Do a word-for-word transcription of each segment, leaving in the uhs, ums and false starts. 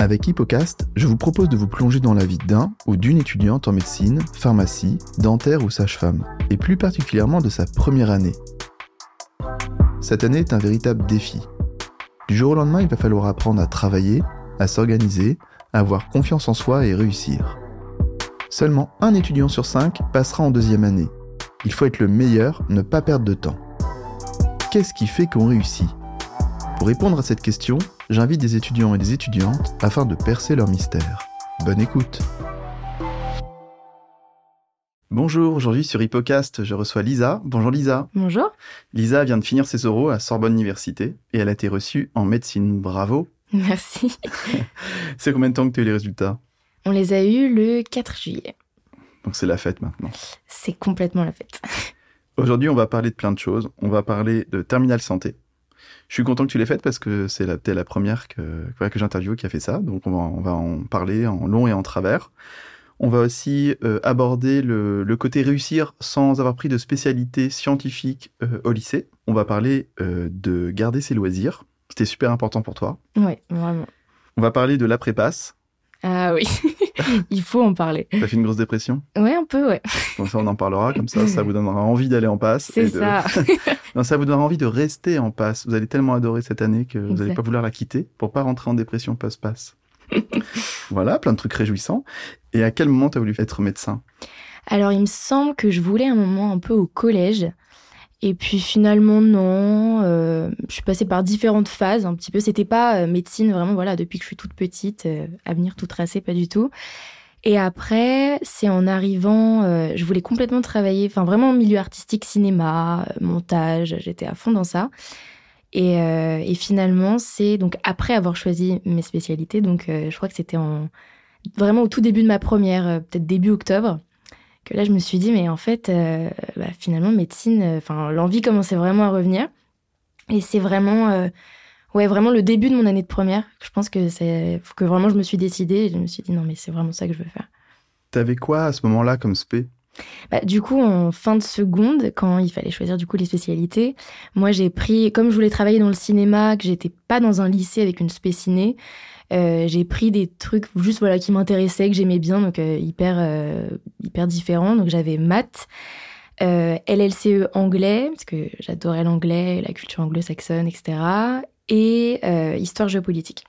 Avec Hippocast, je vous propose de vous plonger dans la vie d'un ou d'une étudiante en médecine, pharmacie, dentaire ou sage-femme, et plus particulièrement de sa première année. Cette année est un véritable défi. Du jour au lendemain, il va falloir apprendre à travailler, à s'organiser, à avoir confiance en soi et réussir. Seulement un étudiant sur cinq passera en deuxième année. Il faut être le meilleur, ne pas perdre de temps. Qu'est-ce qui fait qu'on réussit ? Pour répondre à cette question, j'invite des étudiants et des étudiantes afin de percer leur mystère. Bonne écoute. Bonjour, aujourd'hui sur Hippocast, je reçois Lisa. Bonjour Lisa. Bonjour. Lisa vient de finir ses oraux à Sorbonne Université et elle a été reçue en médecine. Bravo. Merci. C'est combien de temps que tu as eu les résultats ? On les a eus le quatre juillet. Donc c'est la fête maintenant. C'est complètement la fête. Aujourd'hui, on va parler de plein de choses. On va parler de Terminal Santé. Je suis content que tu l'aies faite parce que c'est la, t'es la première que, que j'interviewe qui a fait ça. Donc on va, on va en parler en long et en travers. On va aussi euh, aborder le, le côté réussir sans avoir pris de spécialité scientifique euh, au lycée. On va parler euh, de garder ses loisirs. C'était super important pour toi. Oui, vraiment. On va parler de l'après-passe. Ah oui, il faut en parler. T'as fait une grosse dépression ? Ouais, un peu, ouais. Comme ça, on en parlera. Comme ça, ça vous donnera envie d'aller en passe. C'est et de... ça. Non, ça vous donnera envie de rester en passe. Vous allez tellement adorer cette année que vous n'allez pas vouloir la quitter pour pas rentrer en dépression post-passe. Voilà, plein de trucs réjouissants. Et à quel moment tu as voulu être médecin ? Alors, il me semble que je voulais un moment un peu au collège. Et puis finalement, non. Euh, je suis passée par différentes phases un petit peu. C'était pas euh, médecine, vraiment, voilà, depuis que je suis toute petite, euh, avenir tout tracé, pas du tout. Et après, c'est en arrivant, euh, je voulais complètement travailler, enfin vraiment en milieu artistique, cinéma, montage, j'étais à fond dans ça. Et, euh, et finalement, c'est donc après avoir choisi mes spécialités, donc euh, je crois que c'était en vraiment au tout début de ma première, euh, peut-être début octobre, que là je me suis dit, mais en fait, euh, bah, finalement, médecine, enfin euh, l'envie commençait vraiment à revenir. Et c'est vraiment, euh, ouais, vraiment le début de mon année de première. Je pense que c'est que vraiment je me suis décidée et je me suis dit, non mais c'est vraiment ça que je veux faire. T'avais quoi à ce moment-là comme spé ? Bah, du coup, en fin de seconde, quand il fallait choisir du coup les spécialités, moi j'ai pris, comme je voulais travailler dans le cinéma, que j'étais pas dans un lycée avec une spé ciné, euh, j'ai pris des trucs juste voilà qui m'intéressaient, que j'aimais bien, donc euh, hyper euh, hyper différents. Donc j'avais maths, euh, L L C E anglais parce que j'adorais l'anglais, la culture anglo-saxonne, et cetera. Et euh, histoire géopolitique.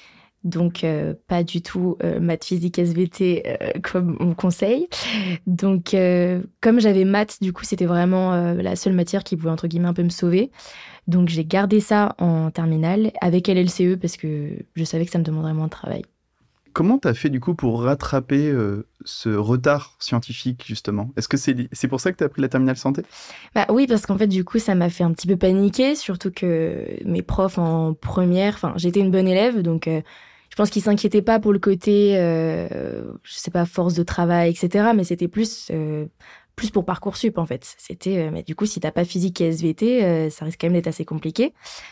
Donc, euh, pas du tout euh, maths, physique, S V T euh, comme on conseille. Donc, euh, comme j'avais maths, du coup, c'était vraiment euh, la seule matière qui pouvait, entre guillemets, un peu me sauver. Donc, j'ai gardé ça en terminale avec L L C E parce que je savais que ça me demanderait moins de travail. Comment t'as fait, du coup, pour rattraper euh, ce retard scientifique, justement ? Est-ce que c'est, c'est pour ça que t'as pris la terminale santé ? Bah oui, parce qu'en fait, du coup, ça m'a fait un petit peu paniquer, surtout que mes profs en première... Enfin, j'étais une bonne élève, donc... Euh, je pense qu'ils s'inquiétaient pas pour le côté, euh, je sais pas, force de travail, et cetera. Mais c'était plus, euh, plus pour Parcoursup, en fait. C'était, euh, mais du coup, si t'as pas physique et S V T, euh, ça risque quand même d'être assez compliqué.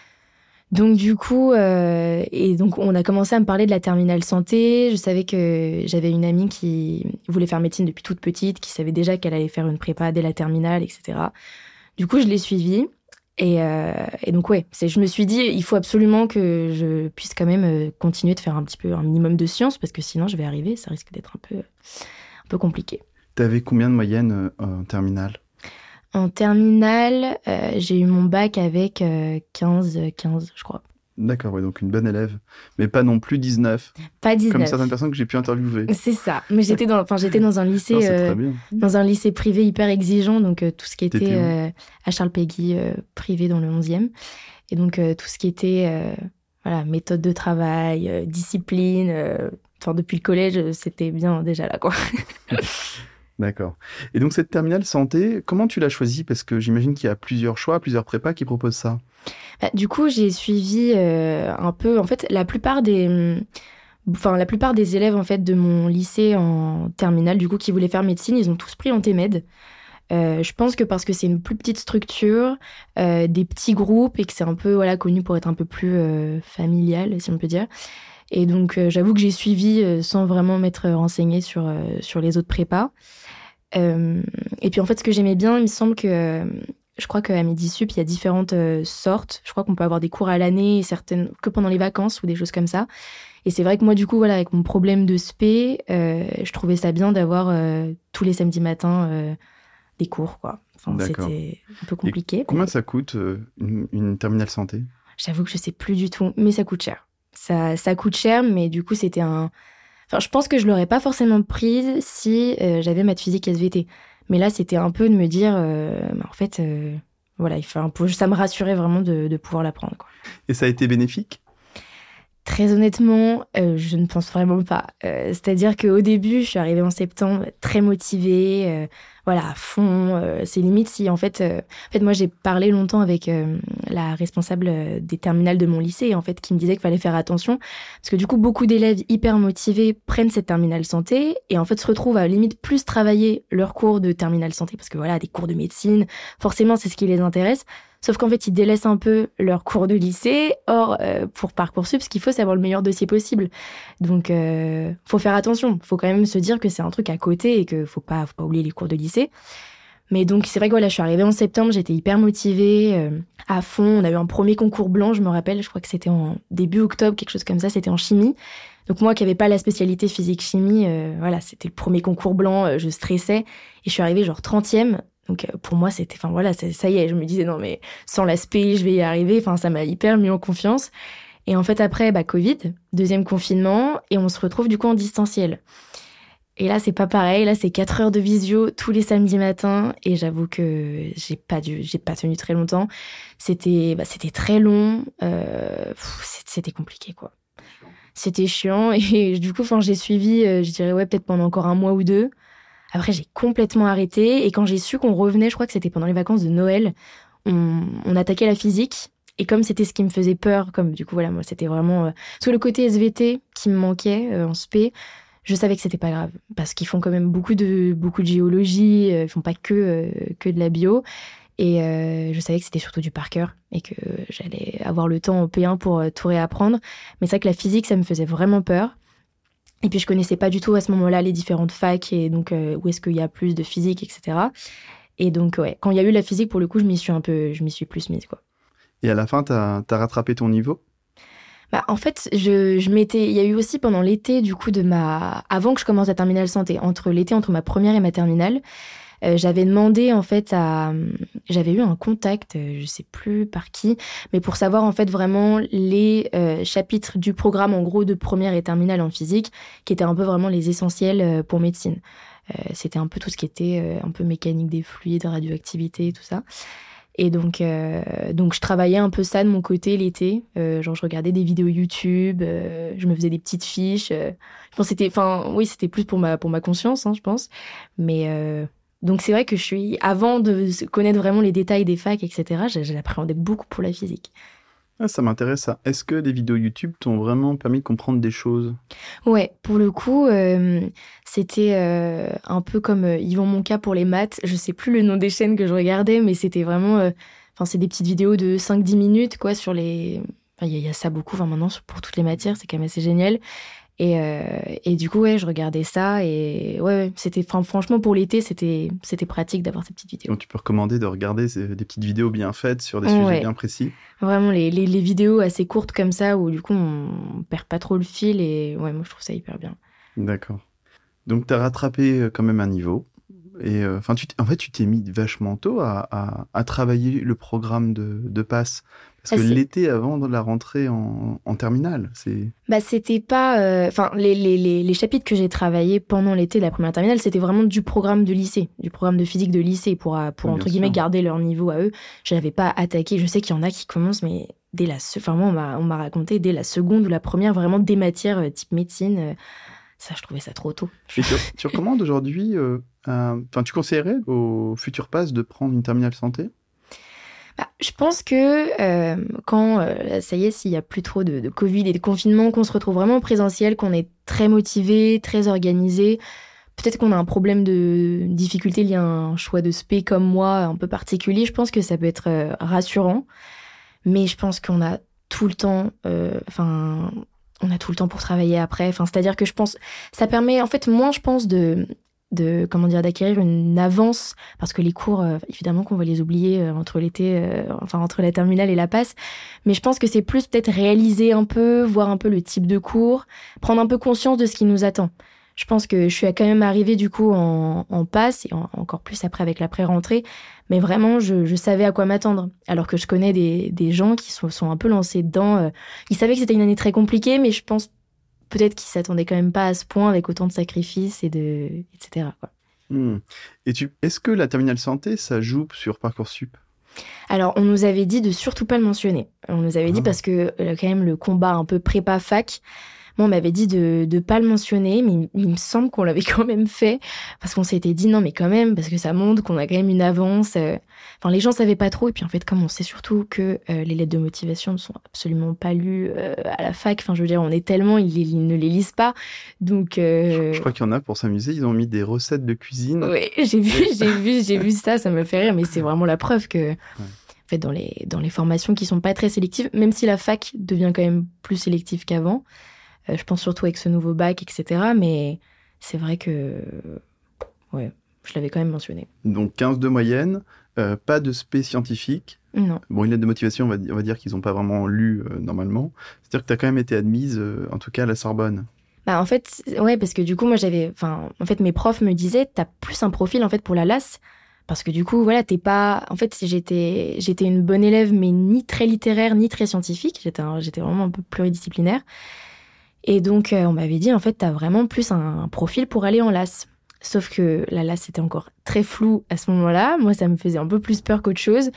Donc, du coup, euh, et donc, on a commencé à me parler de la terminale santé. Je savais que j'avais une amie qui voulait faire médecine depuis toute petite, qui savait déjà qu'elle allait faire une prépa dès la terminale, et cetera. Du coup, je l'ai suivie. Et, euh, et donc, ouais, c'est, je me suis dit, il faut absolument que je puisse quand même continuer de faire un petit peu, un minimum de sciences, parce que sinon, je vais arriver, ça risque d'être un peu, un peu compliqué. T'avais combien de moyenne euh, en terminale ? En terminale, euh, j'ai eu mon bac avec euh, quinze, quinze, je crois. D'accord, ouais, donc une bonne élève, mais pas non plus dix-neuf. Pas dix-neuf. Comme certaines personnes que j'ai pu interviewer. C'est ça. Mais j'étais dans, enfin, j'étais dans un lycée, non, c'est euh, très bien. dans un lycée privé hyper exigeant, donc euh, tout ce qui était T'étais où ? euh, à Charles-Péguy, euh, privé dans le onzième. Et donc euh, tout ce qui était, euh, voilà, méthode de travail, euh, discipline. Euh, enfin, depuis le collège, c'était bien déjà là, quoi. D'accord. Et donc cette terminale santé, comment tu l'as choisie ? Parce que j'imagine qu'il y a plusieurs choix, plusieurs prépas qui proposent ça. Bah, du coup, j'ai suivi euh, un peu, en fait, la plupart des, enfin, la plupart des élèves en fait de mon lycée en terminale, du coup, qui voulaient faire médecine, ils ont tous pris Antémed. Euh, je pense que parce que c'est une plus petite structure, euh, des petits groupes et que c'est un peu voilà connu pour être un peu plus euh, familial, si on peut dire. Et donc, euh, j'avoue que j'ai suivi euh, sans vraiment m'être renseignée sur euh, sur les autres prépas. Euh, et puis en fait, ce que j'aimais bien, il me semble que euh, je crois qu'à Midi Sup, il y a différentes euh, sortes. Je crois qu'on peut avoir des cours à l'année, certaines que pendant les vacances ou des choses comme ça. Et c'est vrai que moi, du coup, voilà, avec mon problème de spé, euh, je trouvais ça bien d'avoir euh, tous les samedis matins euh, des cours, quoi. Enfin, D'accord. C'était un peu compliqué. Et combien mais... ça coûte euh, une, une terminale santé ? J'avoue que je sais plus du tout, mais ça coûte cher. Ça, ça coûte cher, mais du coup, c'était un... Enfin, je pense que je l'aurais pas forcément prise si euh, j'avais maths physique S V T. Mais là, c'était un peu de me dire, euh, bah, en fait, euh, voilà, il faut un peu... ça me rassurait vraiment de, de pouvoir l'apprendre, quoi. Et ça a été bénéfique ? Très honnêtement, euh, je ne pense vraiment pas. Euh, c'est-à-dire qu'au début, je suis arrivée en septembre très motivée, euh, voilà, à fond. Euh, c'est limite si, en fait... Euh, en fait, moi, j'ai parlé longtemps avec euh, la responsable des terminales de mon lycée, en fait, qui me disait qu'il fallait faire attention. Parce que du coup, beaucoup d'élèves hyper motivés prennent cette terminale santé et en fait se retrouvent à limite plus travailler leurs cours de terminale santé. Parce que voilà, des cours de médecine, forcément, c'est ce qui les intéresse. Sauf qu'en fait, ils délaissent un peu leurs cours de lycée. Or, euh, pour Parcoursup, ce qu'il faut, c'est avoir le meilleur dossier possible. Donc, euh, faut faire attention. Faut quand même se dire que c'est un truc à côté et que faut pas, faut pas oublier les cours de lycée. Mais donc, c'est vrai que voilà, je suis arrivée en septembre, j'étais hyper motivée, euh, à fond. On a eu un premier concours blanc, je me rappelle, je crois que c'était en début octobre, quelque chose comme ça, c'était en chimie. Donc moi qui n'avais pas la spécialité physique-chimie, euh, voilà, c'était le premier concours blanc, euh, je stressais. Et je suis arrivée genre trentième. Donc euh, pour moi, c'était, enfin voilà, ça, ça y est, je me disais non mais sans l'aspect, je vais y arriver. Enfin, ça m'a hyper mis en confiance. Et en fait, après, bah, Covid, deuxième confinement, et on se retrouve du coup en distanciel. Et là, c'est pas pareil. Là, c'est quatre heures de visio tous les samedis matins. Et j'avoue que j'ai pas dû, j'ai pas tenu très longtemps. C'était, bah, c'était très long. Euh, pff, c'était compliqué, quoi. C'était chiant. Et du coup, enfin, j'ai suivi, euh, je dirais, ouais, peut-être pendant encore un mois ou deux. Après, j'ai complètement arrêté. Et quand j'ai su qu'on revenait, je crois que c'était pendant les vacances de Noël, on, on attaquait la physique. Et comme c'était ce qui me faisait peur, comme du coup, voilà, moi, c'était vraiment... Euh, tout le côté S V T qui me manquait euh, en spé, je savais que c'était pas grave. Parce qu'ils font quand même beaucoup de, beaucoup de géologie, euh, ils font pas que, euh, que de la bio. Et euh, je savais que c'était surtout du par cœur et que j'allais avoir le temps au P un pour euh, tout réapprendre. Mais c'est vrai que la physique, ça me faisait vraiment peur. Et puis, je connaissais pas du tout à ce moment-là les différentes facs et donc euh, où est-ce qu'il y a plus de physique, et cetera. Et donc, ouais, quand il y a eu la physique, pour le coup, je m'y suis un peu, je m'y suis plus mise, quoi. Et à la fin, t'as, t'as rattrapé ton niveau ? Bah, en fait, je, je m'étais, il y a eu aussi pendant l'été, du coup, de ma, avant que je commence la terminale santé, entre l'été, entre ma première et ma terminale, euh, j'avais demandé, en fait, à, j'avais eu un contact, euh, je sais plus par qui, mais pour savoir, en fait, vraiment les euh, chapitres du programme, en gros, de première et terminale en physique, qui étaient un peu vraiment les essentiels euh, pour médecine. Euh, c'était un peu tout ce qui était euh, un peu mécanique des fluides, radioactivité, tout ça. Et donc, euh, donc, je travaillais un peu ça de mon côté l'été. Euh, genre, je regardais des vidéos YouTube, euh, je me faisais des petites fiches. Euh, je pense que c'était, enfin, oui, c'était plus pour ma, pour ma conscience, hein, je pense. Mais euh, donc, c'est vrai que je suis, avant de connaître vraiment les détails des facs, et cetera, j'appréhendais beaucoup pour la physique. Ah, ça m'intéresse ça. Est-ce que les vidéos YouTube t'ont vraiment permis de comprendre des choses ? Ouais, pour le coup, euh, c'était euh, un peu comme euh, Yvon Monca pour les maths. Je sais plus le nom des chaînes que je regardais, mais c'était vraiment... Enfin, euh, c'est des petites vidéos de cinq dix minutes, quoi, sur les... Il y, y a ça beaucoup, enfin, maintenant, pour toutes les matières, c'est quand même assez génial. Et, euh, et du coup, ouais, je regardais ça et ouais, ouais c'était, franchement, pour l'été, c'était, c'était pratique d'avoir ces petites vidéos. Donc, tu peux recommander de regarder ces, des petites vidéos bien faites sur des sujets ouais. bien précis. Vraiment, les, les, les vidéos assez courtes comme ça où du coup, on perd pas trop le fil et ouais, moi, je trouve ça hyper bien. D'accord. Donc, tu as rattrapé quand même un niveau. Et enfin, euh, en fait, tu t'es mis vachement tôt à, à, à travailler le programme de, de passe. Parce que ah, l'été avant de la rentrée en, en terminale, c'est... Bah, c'était pas... Enfin, euh, les, les, les, les chapitres que j'ai travaillés pendant l'été de la première terminale, c'était vraiment du programme de lycée, du programme de physique de lycée pour, pour oui, entre guillemets, sûr. Garder leur niveau à eux. Je n'avais pas attaqué. Je sais qu'il y en a qui commencent, mais dès la... Enfin, moi, on m'a, on m'a raconté dès la seconde ou la première, vraiment des matières euh, type médecine. Euh, ça, je trouvais ça trop tôt. Et tu, tu recommandes aujourd'hui... Enfin, euh, tu conseillerais aux futurs passes de prendre une terminale santé ? Bah, je pense que euh, quand, euh, ça y est, s'il n'y a plus trop de, de Covid et de confinement, qu'on se retrouve vraiment en présentiel, qu'on est très motivé, très organisé, peut-être qu'on a un problème de difficulté lié à un choix de spé comme moi, un peu particulier, je pense que ça peut être euh, rassurant. Mais je pense qu'on a tout le temps... Enfin, euh, on a tout le temps pour travailler après. Enfin, c'est-à-dire que je pense... Ça permet, en fait, moins, je pense, de... de comment dire d'acquérir une avance parce que les cours euh, évidemment qu'on va les oublier euh, entre l'été euh, enfin entre la terminale et la passe, mais je pense que c'est plus peut-être réaliser un peu, voir un peu le type de cours, prendre un peu conscience de ce qui nous attend. Je pense que je suis quand même arrivée du coup en, en passe et en, encore plus après avec la pré-rentrée, mais vraiment je, je savais à quoi m'attendre. Alors que je connais des, des gens qui sont, sont un peu lancés dedans. Euh, ils savaient que c'était une année très compliquée, mais je pense peut-être qu'ils s'attendaient quand même pas à ce point avec autant de sacrifices et de et cetera quoi. Mmh. Et tu, est-ce que la terminale santé, ça joue sur Parcoursup ? Alors, on nous avait dit de surtout pas le mentionner. On nous avait ah. dit parce que euh, quand même le combat un peu prépa-fac. Moi, on m'avait dit de ne pas le mentionner, mais il, il me semble qu'on l'avait quand même fait, parce qu'on s'était dit non, mais quand même, parce que ça montre qu'on a quand même une avance. Euh... Enfin, les gens savaient pas trop, et puis en fait, comme on sait surtout que euh, les lettres de motivation ne sont absolument pas lues euh, à la fac, enfin, je veux dire, on est tellement, ils, ils ne les lisent pas, donc... Euh... Je, je crois qu'il y en a, pour s'amuser, ils ont mis des recettes de cuisine. Oui, j'ai vu, j'ai vu, j'ai vu ça, ça me fait rire, mais c'est vraiment la preuve que... Ouais. En fait, dans les, dans les formations qui sont pas très sélectives, même si la fac devient quand même plus sélective qu'avant, je pense surtout avec ce nouveau bac, et cetera. Mais c'est vrai que ouais, je l'avais quand même mentionné. Donc quinze de moyenne, euh, pas de spé scientifique. Non. Bon, une lettre de motivation, on va, on va dire qu'ils n'ont pas vraiment lu euh, normalement. C'est-à-dire que tu as quand même été admise, euh, en tout cas à la Sorbonne. Bah, en fait, ouais, parce que du coup, moi, j'avais... Enfin, en fait, mes profs me disaient, t'as plus un profil, en fait, pour la L A S. Parce que du coup, voilà, t'es pas... En fait, j'étais, j'étais une bonne élève, mais ni très littéraire, ni très scientifique. J'étais, un... j'étais vraiment un peu pluridisciplinaire. Et donc, euh, on m'avait dit, en fait, t'as vraiment plus un, un profil pour aller en L A S. Sauf que la L A S, c'était encore très flou à ce moment-là. Moi, ça me faisait un peu plus peur qu'autre chose.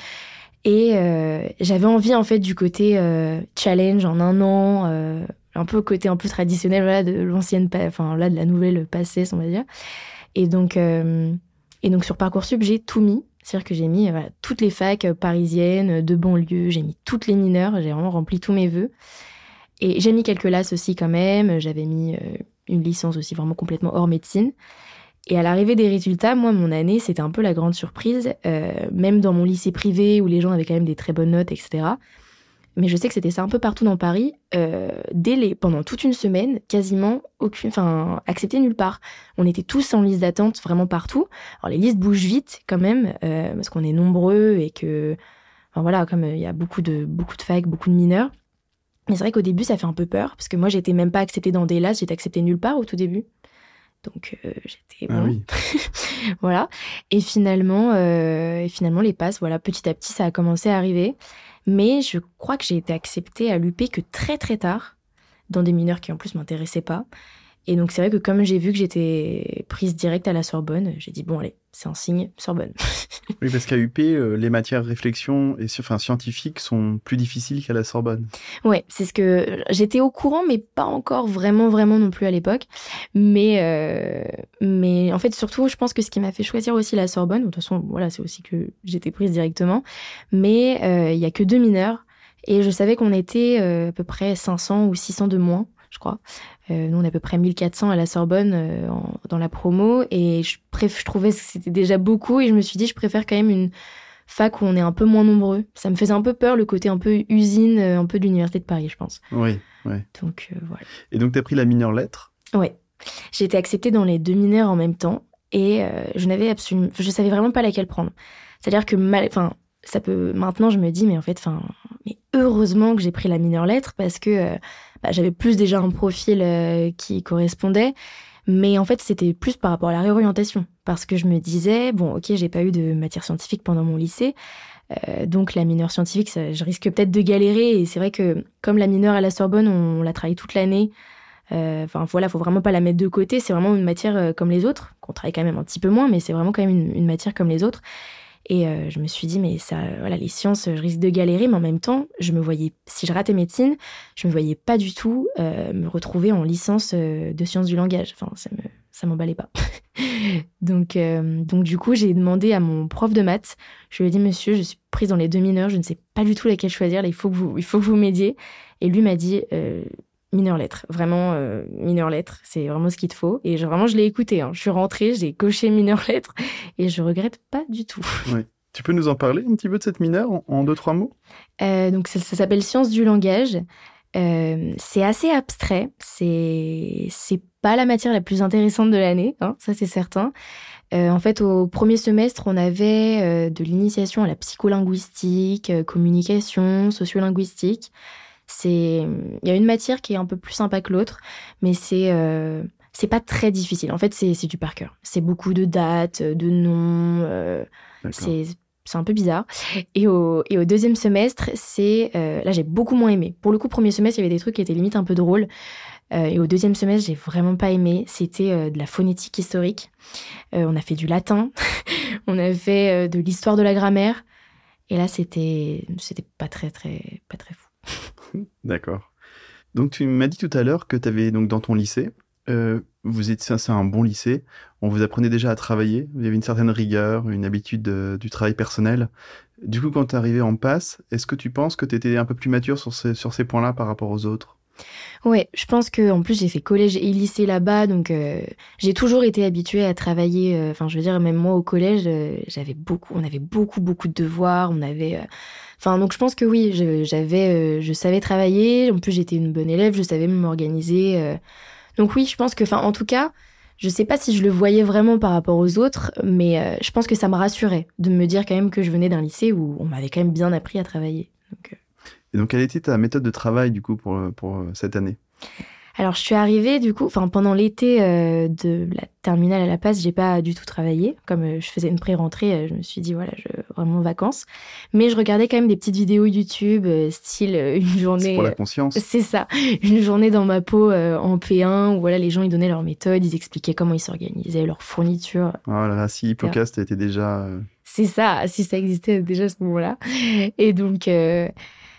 Et euh, j'avais envie, en fait, du côté euh, challenge en un an, euh, un peu côté un peu traditionnel, voilà, de l'ancienne, enfin, là, de la nouvelle PACES, on va dire. Et donc, euh, et donc sur Parcoursup, j'ai tout mis. C'est-à-dire que j'ai mis voilà, toutes les facs parisiennes, de banlieue, j'ai mis toutes les mineures, j'ai vraiment rempli tous mes vœux. Et j'ai mis quelques L A S aussi quand même, j'avais mis euh, une licence aussi vraiment complètement hors médecine. Et à l'arrivée des résultats, moi, mon année, c'était un peu la grande surprise, euh, même dans mon lycée privé où les gens avaient quand même des très bonnes notes, et cetera. Mais je sais que c'était ça un peu partout dans Paris. Euh, dès les, pendant toute une semaine, quasiment aucune, enfin, accepté nulle part. On était tous en liste d'attente vraiment partout. Alors les listes bougent vite quand même, euh, parce qu'on est nombreux et que, enfin voilà, comme il euh, y a beaucoup de, beaucoup de facs, beaucoup de mineurs. Mais c'est vrai qu'au début, ça fait un peu peur, parce que moi, j'étais même pas acceptée dans des L A S, j'étais acceptée nulle part au tout début. Donc, euh, j'étais... Bon. Ah oui. Voilà. Et finalement, euh, et finalement, les passes, voilà, petit à petit, ça a commencé à arriver. Mais je crois que j'ai été acceptée à l'U P que très, très tard, dans des mineurs qui, en plus, m'intéressaient pas. Et donc, c'est vrai que comme j'ai vu que j'étais prise directe à la Sorbonne, j'ai dit, bon, allez, c'est un signe, Sorbonne. Oui, parce qu'à U P, euh, les matières réflexion et enfin, scientifiques sont plus difficiles qu'à la Sorbonne. Ouais, c'est ce que... J'étais au courant, mais pas encore vraiment, vraiment non plus à l'époque. Mais, euh... mais en fait, surtout, je pense que ce qui m'a fait choisir aussi la Sorbonne, de toute façon, voilà, c'est aussi que j'étais prise directement, mais euh, il y a que deux mineurs, et je savais qu'on était euh, à peu près cinq cents ou six cents de moins, je crois. Euh, nous, on est à peu près mille quatre cents à la Sorbonne euh, en, dans la promo, et je, préf- je trouvais que c'était déjà beaucoup, et je me suis dit, je préfère quand même une fac où on est un peu moins nombreux. Ça me faisait un peu peur, le côté un peu usine, un peu de l'Université de Paris, je pense. Oui, oui. Donc, euh, voilà. Et donc, tu as pris la mineure lettres ? Oui. J'ai été acceptée dans les deux mineurs en même temps, et euh, je n'avais absolument... Je savais vraiment pas laquelle prendre. C'est-à-dire que... Mal... Enfin, ça peut... Maintenant, je me dis, mais en fait, enfin... Mais heureusement que j'ai pris la mineure lettres, parce que... Euh, Bah, j'avais plus déjà un profil euh, qui correspondait, mais en fait c'était plus par rapport à la réorientation, parce que je me disais bon ok j'ai pas eu de matière scientifique pendant mon lycée, euh, donc la mineure scientifique ça, je risque peut-être de galérer, et c'est vrai que comme la mineure à la Sorbonne on, on la travaille toute l'année, enfin euh, voilà faut vraiment pas la mettre de côté, c'est vraiment une matière euh, comme les autres, qu'on travaille quand même un petit peu moins, mais c'est vraiment quand même une, une matière comme les autres. Et euh, je me suis dit, mais ça, voilà, les sciences, je risque de galérer, mais en même temps, je me voyais, si je ratais médecine, je me voyais pas du tout euh, me retrouver en licence euh, de sciences du langage. Enfin, ça me, ça m'emballait pas. donc, euh, donc, du coup, j'ai demandé à mon prof de maths, je lui ai dit, monsieur, je suis prise dans les deux mineurs, je ne sais pas du tout laquelle choisir, là, il faut que vous, il faut que vous m'aidiez. Et lui m'a dit, euh, mineure lettres, vraiment euh, mineure lettres, c'est vraiment ce qu'il te faut. Et je, vraiment, je l'ai écouté. Hein. Je suis rentrée, j'ai coché mineure lettres et je regrette pas du tout. Oui. Tu peux nous en parler un petit peu de cette mineure en, en deux, trois mots ? euh, Donc, ça, ça s'appelle Sciences du langage. Euh, c'est assez abstrait. C'est, c'est pas la matière la plus intéressante de l'année, hein, ça c'est certain. Euh, en fait, au premier semestre, on avait euh, de l'initiation à la psycholinguistique, euh, communication, sociolinguistique. C'est, il y a une matière qui est un peu plus sympa que l'autre, mais c'est euh, c'est pas très difficile. En fait, c'est c'est du par cœur. C'est beaucoup de dates, de noms. Euh, c'est c'est un peu bizarre. Et au et au deuxième semestre, c'est euh, là j'ai beaucoup moins aimé. Pour le coup, premier semestre, il y avait des trucs qui étaient limite un peu drôles. Euh, et au deuxième semestre, j'ai vraiment pas aimé. C'était euh, de la phonétique historique. Euh, on a fait du latin. On a fait euh, de l'histoire de la grammaire. Et là, c'était c'était pas très très pas très fou. D'accord. Donc tu m'as dit tout à l'heure que tu avais donc dans ton lycée, euh, vous étiez c'est un bon lycée, on vous apprenait déjà à travailler, il y avait une certaine rigueur, une habitude de, du travail personnel. Du coup, quand tu es arrivé en passe, est-ce que tu penses que tu étais un peu plus mature sur ces, sur ces points-là par rapport aux autres ? Ouais, je pense que en plus j'ai fait collège et lycée là-bas, donc euh, j'ai toujours été habituée à travailler. Enfin, euh, je veux dire, même moi au collège, euh, j'avais beaucoup, on avait beaucoup beaucoup de devoirs, on avait. Enfin, euh, donc je pense que oui, je, j'avais, euh, je savais travailler. En plus, j'étais une bonne élève, je savais m'organiser. Euh, donc oui, je pense que, enfin, en tout cas, je sais pas si je le voyais vraiment par rapport aux autres, mais euh, je pense que ça me rassurait de me dire quand même que je venais d'un lycée où on m'avait quand même bien appris à travailler. Donc, euh... Et donc, quelle était ta méthode de travail, du coup, pour, pour cette année ? Alors, je suis arrivée, du coup, enfin, pendant l'été euh, de la terminale à La Passe, j'ai pas du tout travaillé. Comme euh, je faisais une pré-rentrée, euh, je me suis dit, voilà, je vraiment vacances. Mais je regardais quand même des petites vidéos YouTube, euh, style euh, une journée... C'est pour la conscience. Euh, c'est ça, une journée dans ma peau euh, en P un, où voilà, les gens, ils donnaient leur méthode, ils expliquaient comment ils s'organisaient, leur fourniture. Oh là là, si Hippocast était déjà... Euh... C'est ça, si ça existait déjà à ce moment-là. Et donc... Euh...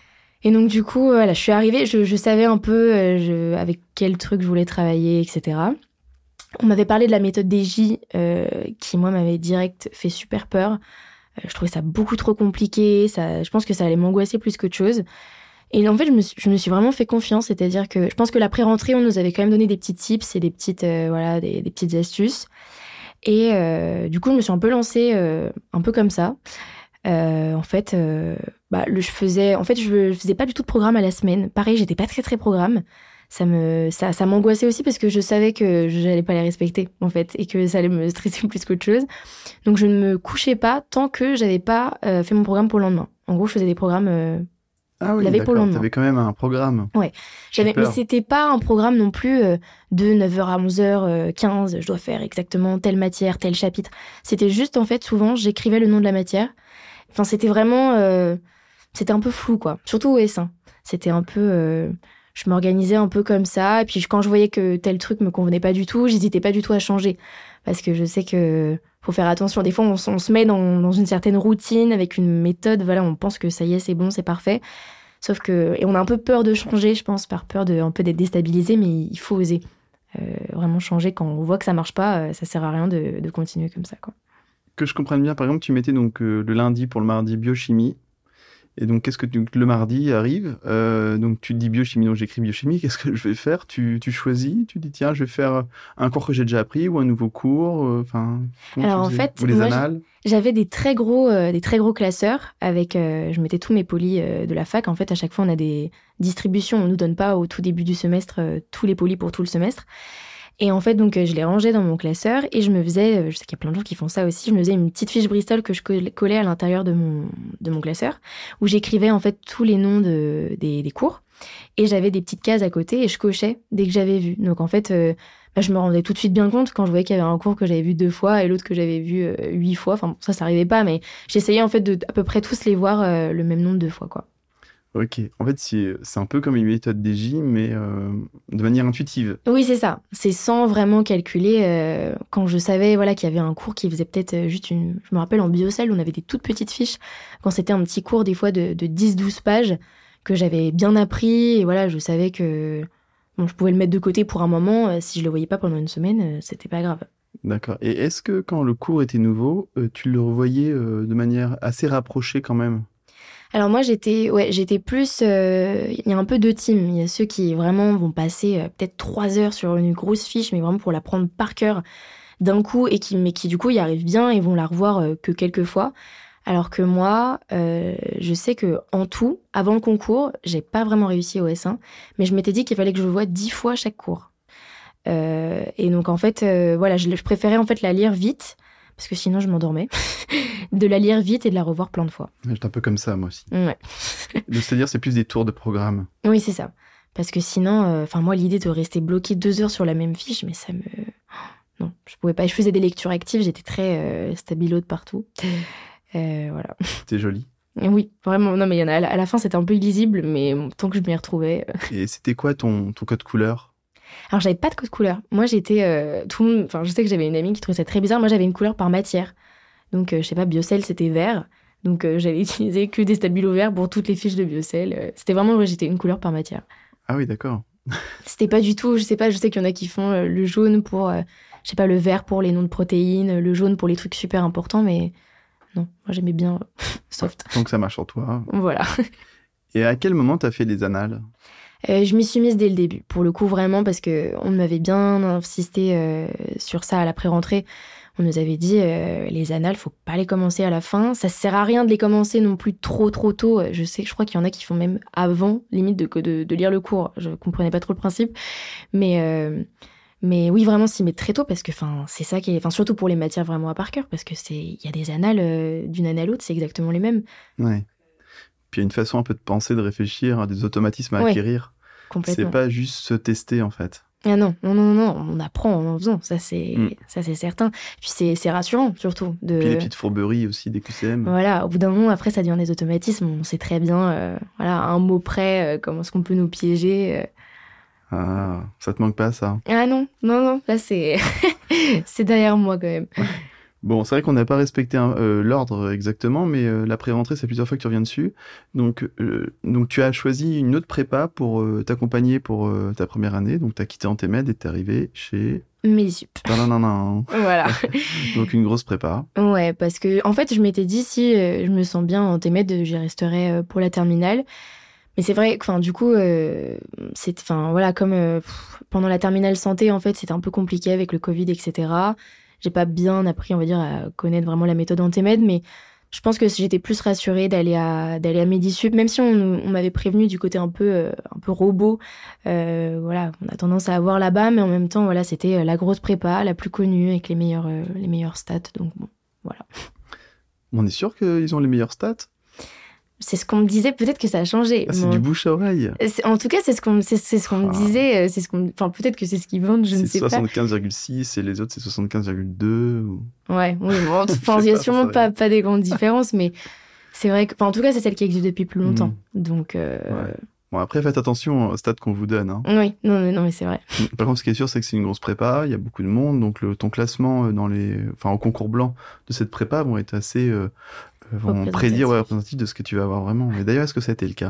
Et donc, du coup, voilà, je suis arrivée, je, je savais un peu euh, je, avec quel truc je voulais travailler, et cetera. On m'avait parlé de la méthode D J, euh, qui, moi, m'avait direct fait super peur. Euh, je trouvais ça beaucoup trop compliqué. Ça, je pense que ça allait m'angoisser plus qu'autre chose. Et en fait, je me, suis, je me suis vraiment fait confiance. C'est-à-dire que je pense que la pré-rentrée, on nous avait quand même donné des petits tips et des petites, euh, voilà, des, des petites astuces. Et euh, du coup, je me suis un peu lancée euh, un peu comme ça. Euh, en fait, euh, bah, le, je faisais, en fait, je, je faisais pas du tout de programme à la semaine. Pareil, j'étais pas très très programme. Ça me, ça, ça m'angoissait aussi parce que je savais que j'allais pas les respecter, en fait, et que ça allait me stresser plus qu'autre chose. Donc, je ne me couchais pas tant que j'avais pas euh, fait mon programme pour le lendemain. En gros, je faisais des programmes euh, ah oui, la veille pour le lendemain. T'avais quand même un programme. Ouais. J'avais, mais c'était pas un programme non plus euh, de neuf heures à onze heures quinze. Je dois faire exactement telle matière, tel chapitre. C'était juste, en fait, souvent, j'écrivais le nom de la matière. Enfin, c'était vraiment... Euh, c'était un peu flou, quoi. Surtout au S un. C'était un peu... Euh, je m'organisais un peu comme ça. Et puis, quand je voyais que tel truc me convenait pas du tout, j'hésitais pas du tout à changer. Parce que je sais que faut faire attention. Des fois, on, on se met dans, dans une certaine routine, avec une méthode. Voilà, on pense que ça y est, c'est bon, c'est parfait. Sauf que... Et on a un peu peur de changer, je pense, par peur de, un peu d'être déstabilisé. Mais il faut oser euh, vraiment changer. Quand on voit que ça marche pas, ça sert à rien de, de continuer comme ça, quoi. Que je comprenne bien, par exemple, tu mettais donc euh, le lundi pour le mardi biochimie. Et donc, qu'est-ce que tu, le mardi arrive euh, donc, tu te dis biochimie, donc j'écris biochimie. Qu'est-ce que je vais faire ? tu, tu choisis, tu dis tiens, je vais faire un cours que j'ai déjà appris ou un nouveau cours. Enfin, euh, alors en fait, ou les moi, annales. J'avais des très gros, euh, des très gros classeurs avec. Euh, je mettais tous mes polis euh, de la fac. En fait, à chaque fois, on a des distributions. On nous donne pas au tout début du semestre euh, tous les polis pour tout le semestre. Et en fait, donc, je les rangeais dans mon classeur et je me faisais, je sais qu'il y a plein de gens qui font ça aussi, je me faisais une petite fiche Bristol que je collais à l'intérieur de mon, de mon classeur où j'écrivais en fait tous les noms de, des, des cours et j'avais des petites cases à côté et je cochais dès que j'avais vu. Donc en fait, euh, bah, je me rendais tout de suite bien compte quand je voyais qu'il y avait un cours que j'avais vu deux fois et l'autre que j'avais vu euh, huit fois. Enfin, ça, ça arrivait pas, mais j'essayais en fait de à peu près tous les voir euh, le même nombre de fois, quoi. Ok, en fait, c'est, c'est un peu comme une méthode D J, mais euh, de manière intuitive. Oui, c'est ça. C'est sans vraiment calculer. Euh, quand je savais voilà, qu'il y avait un cours qui faisait peut-être juste une... Je me rappelle en biocell, on avait des toutes petites fiches. Quand c'était un petit cours, des fois, de, de dix douze pages, que j'avais bien appris. Et voilà, je savais que bon, je pouvais le mettre de côté pour un moment. Si je le voyais pas pendant une semaine, c'était pas grave. D'accord. Et est-ce que quand le cours était nouveau, euh, tu le revoyais euh, de manière assez rapprochée quand même ? Alors moi, j'étais, ouais, j'étais plus... Euh, il y a un peu deux teams. Il y a ceux qui vraiment vont passer euh, peut-être trois heures sur une grosse fiche, mais vraiment pour la prendre par cœur d'un coup, et qui, mais qui du coup y arrivent bien et vont la revoir euh, que quelques fois. Alors que moi, euh, je sais que en tout, avant le concours, j'ai pas vraiment réussi au S un, mais je m'étais dit qu'il fallait que je voie dix fois chaque cours. Euh, et donc, en fait, euh, voilà, je, je préférais en fait la lire vite, parce que sinon, je m'endormais. De la lire vite et de la revoir plein de fois. J'étais un peu comme ça, moi aussi. Ouais. C'est-à-dire, c'est plus des tours de programme. Oui, c'est ça. Parce que sinon, enfin, euh, moi, l'idée de rester bloqué deux heures sur la même fiche, mais ça me... Non, je pouvais pas. Je faisais des lectures actives, j'étais très euh, stabilo de partout. Euh, voilà. C'était joli. Et oui, vraiment. Non, mais il y en a. À la, à la fin, c'était un peu illisible, mais bon, tant que je m'y retrouvais. Euh... Et c'était quoi ton, ton code couleur ? Alors, j'avais pas de code couleur. Moi, j'étais. Euh, tout le monde. Enfin, je sais que j'avais une amie qui trouvait ça très bizarre. Moi, j'avais une couleur par matière. Donc, euh, je sais pas, Biocell, c'était vert. Donc, euh, j'avais utilisé que des stabilos verts pour toutes les fiches de Biocell. Euh, c'était vraiment, ouais, j'étais une couleur par matière. Ah oui, d'accord. C'était pas du tout. Je sais pas, je sais qu'il y en a qui font euh, le jaune pour. Euh, je sais pas, le vert pour les noms de protéines, le jaune pour les trucs super importants, mais non, moi j'aimais bien soft. Tant que ça marche sur toi. Voilà. Et à quel moment t'as fait les annales ? euh, Je m'y suis mise dès le début, pour le coup vraiment, parce qu'on m'avait bien insisté euh, sur ça à la pré-rentrée. On nous avait dit, euh, les annales, faut pas les commencer à la fin. Ça sert à rien de les commencer non plus trop trop tôt. Je sais, je crois qu'il y en a qui font même avant, limite, de, de, de lire le cours. Je comprenais pas trop le principe, mais... Euh, Mais oui, vraiment s'y mettre très tôt, parce que c'est ça qui est... Enfin, surtout pour les matières vraiment à par cœur, parce que c'est il y a des annales, euh, d'une année à l'autre, c'est exactement les mêmes. Ouais. Puis il y a une façon un peu de penser, de réfléchir, des automatismes à ouais, acquérir. Complètement. C'est pas juste se tester, en fait. Ah non, non, non, non, on apprend en faisant, ça c'est, mm. ça c'est certain. Puis c'est, c'est rassurant, surtout. De... Puis les petites fourberies aussi des Q C M. Voilà, au bout d'un moment, après, ça devient des automatismes. On sait très bien, euh, voilà, à un mot près, euh, comment est-ce qu'on peut nous piéger. Euh... Ah, ça te manque pas, ça ? Ah non, non, non, là, c'est c'est derrière moi, quand même. Bon, c'est vrai qu'on n'a pas respecté hein, euh, l'ordre exactement, mais euh, la pré-rentrée, c'est plusieurs fois que tu reviens dessus. Donc, euh, donc tu as choisi une autre prépa pour euh, t'accompagner pour euh, ta première année. Donc, tu as quitté Antémed et t'es arrivé chez... Medisup. Non, non, non, non. Voilà. Donc, une grosse prépa. Ouais, parce que, en fait, je m'étais dit, si euh, je me sens bien en Antémed, j'y resterai euh, pour la terminale. Mais c'est vrai que, enfin, du coup, euh, c'est, enfin, voilà, comme euh, pff, pendant la terminale santé, en fait, c'était un peu compliqué avec le Covid, et cetera. J'ai pas bien appris, on va dire, à connaître vraiment la méthode Antémed, mais je pense que j'étais plus rassurée d'aller à d'aller à Medisup, même si on, on m'avait prévenu du côté un peu euh, un peu robot. Euh, voilà, on a tendance à avoir là-bas, mais en même temps, voilà, c'était la grosse prépa, la plus connue, avec les meilleurs euh, les meilleurs stats. Donc bon, voilà. On est sûr qu'ils ont les meilleurs stats ? C'est ce qu'on me disait, peut-être que ça a changé. Ah, c'est bon. du bouche à oreille. En tout cas, c'est ce qu'on, c'est, c'est ce qu'on ah. me disait. C'est ce qu'on, enfin, peut-être que c'est ce qu'ils vendent, je c'est ne sais soixante-quinze virgule six et les autres, c'est soixante-quinze virgule deux. Ou... Ouais, oui, bon, il n'y a sûrement pas, pas des grandes différences, mais c'est vrai que, en tout cas, c'est celle qui existe depuis plus longtemps. Mmh. Donc, euh... ouais. Bon, après, faites attention aux stats qu'on vous donne. Hein. Oui, non, mais, non, mais c'est vrai. Par contre, ce qui est sûr, c'est que c'est une grosse prépa, il y a beaucoup de monde, donc le, ton classement dans les, enfin, au concours blanc de cette prépa vont être assez... Euh, vont prédire ouais, représentatif de ce que tu vas avoir vraiment. Et d'ailleurs, est-ce que ça a été le cas ?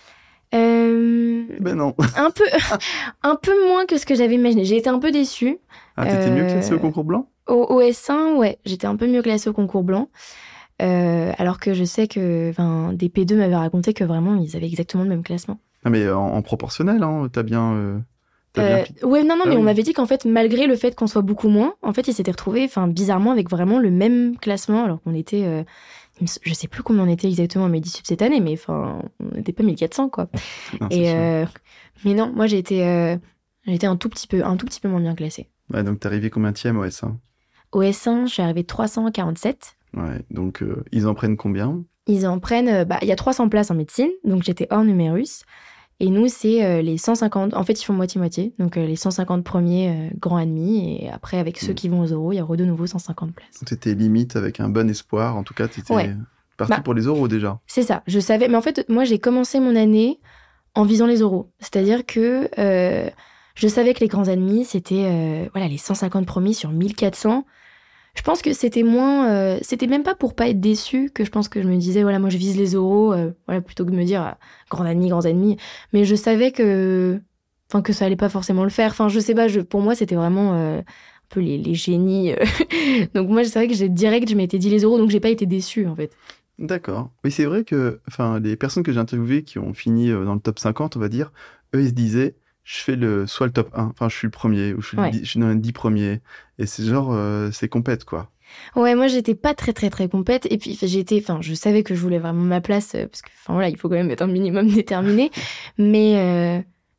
euh... Ben non. un peu, un peu moins que ce que j'avais imaginé. J'ai été un peu déçue. Ah, t'étais euh... mieux classée au concours blanc ? Au, au S un, ouais, j'étais un peu mieux classée au concours blanc. Euh, alors que je sais que des P deux m'avaient raconté que vraiment, ils avaient exactement le même classement. Ah, mais en, en proportionnel, hein, t'as bien... Euh... Euh, ouais, non, non, ah, mais oui. On m'avait dit qu'en fait, malgré le fait qu'on soit beaucoup moins, en fait, ils s'étaient retrouvés, enfin, bizarrement, avec vraiment le même classement, alors qu'on était... Euh... Je sais plus combien on était exactement à Medisup cette année, mais enfin, on n'était pas mille quatre cents, quoi. Non, et euh, mais non, moi j'ai été, euh, j'ai été un tout petit peu, un tout petit peu moins bien classée. Ouais, donc t'es arrivé combienième au S un ? Au S un, je suis arrivée trois cent quarante-sept. Ouais, donc euh, ils en prennent combien ? Ils en prennent, euh, bah, il y a trois cents places en médecine, donc j'étais hors numérus. Et nous, c'est euh, les cent cinquante... En fait, ils font moitié-moitié. Donc, euh, les cent cinquante premiers euh, grands admis. Et après, avec ceux mmh. qui vont aux oraux, il y aura de nouveau cent cinquante places. Donc, t'étais limite avec un bon espoir. En tout cas, t'étais ouais. partie bah, pour les oraux déjà. C'est ça. Je savais. Mais en fait, moi, j'ai commencé mon année en visant les oraux. C'est-à-dire que euh, je savais que les grands admis, c'était euh, voilà, les cent cinquante premiers sur mille quatre cents. Je pense que c'était moins... Euh, c'était même pas pour pas être déçue que je pense que je me disais, voilà, moi, je vise les oraux, euh, voilà, plutôt que de me dire, euh, grands admis, grands admis. Mais je savais que... Enfin, que ça allait pas forcément le faire. Enfin, je sais pas, je, pour moi, c'était vraiment euh, un peu les, les génies. Euh. Donc moi, c'est vrai que j'ai direct, je m'étais dit les oraux, donc j'ai pas été déçue, en fait. D'accord. Oui, c'est vrai que enfin, les personnes que j'ai interviewées qui ont fini dans le top cinquante, on va dire, eux, ils se disaient... je fais le, soit le top un, enfin je suis le premier, ou je suis, ouais. le, je suis dans les dix premiers, et c'est genre, euh, c'est compète, quoi. Ouais, moi j'étais pas très très très compète, et puis j'étais, enfin je savais que je voulais vraiment ma place, parce que, enfin voilà, il faut quand même être un minimum déterminé, mais, euh,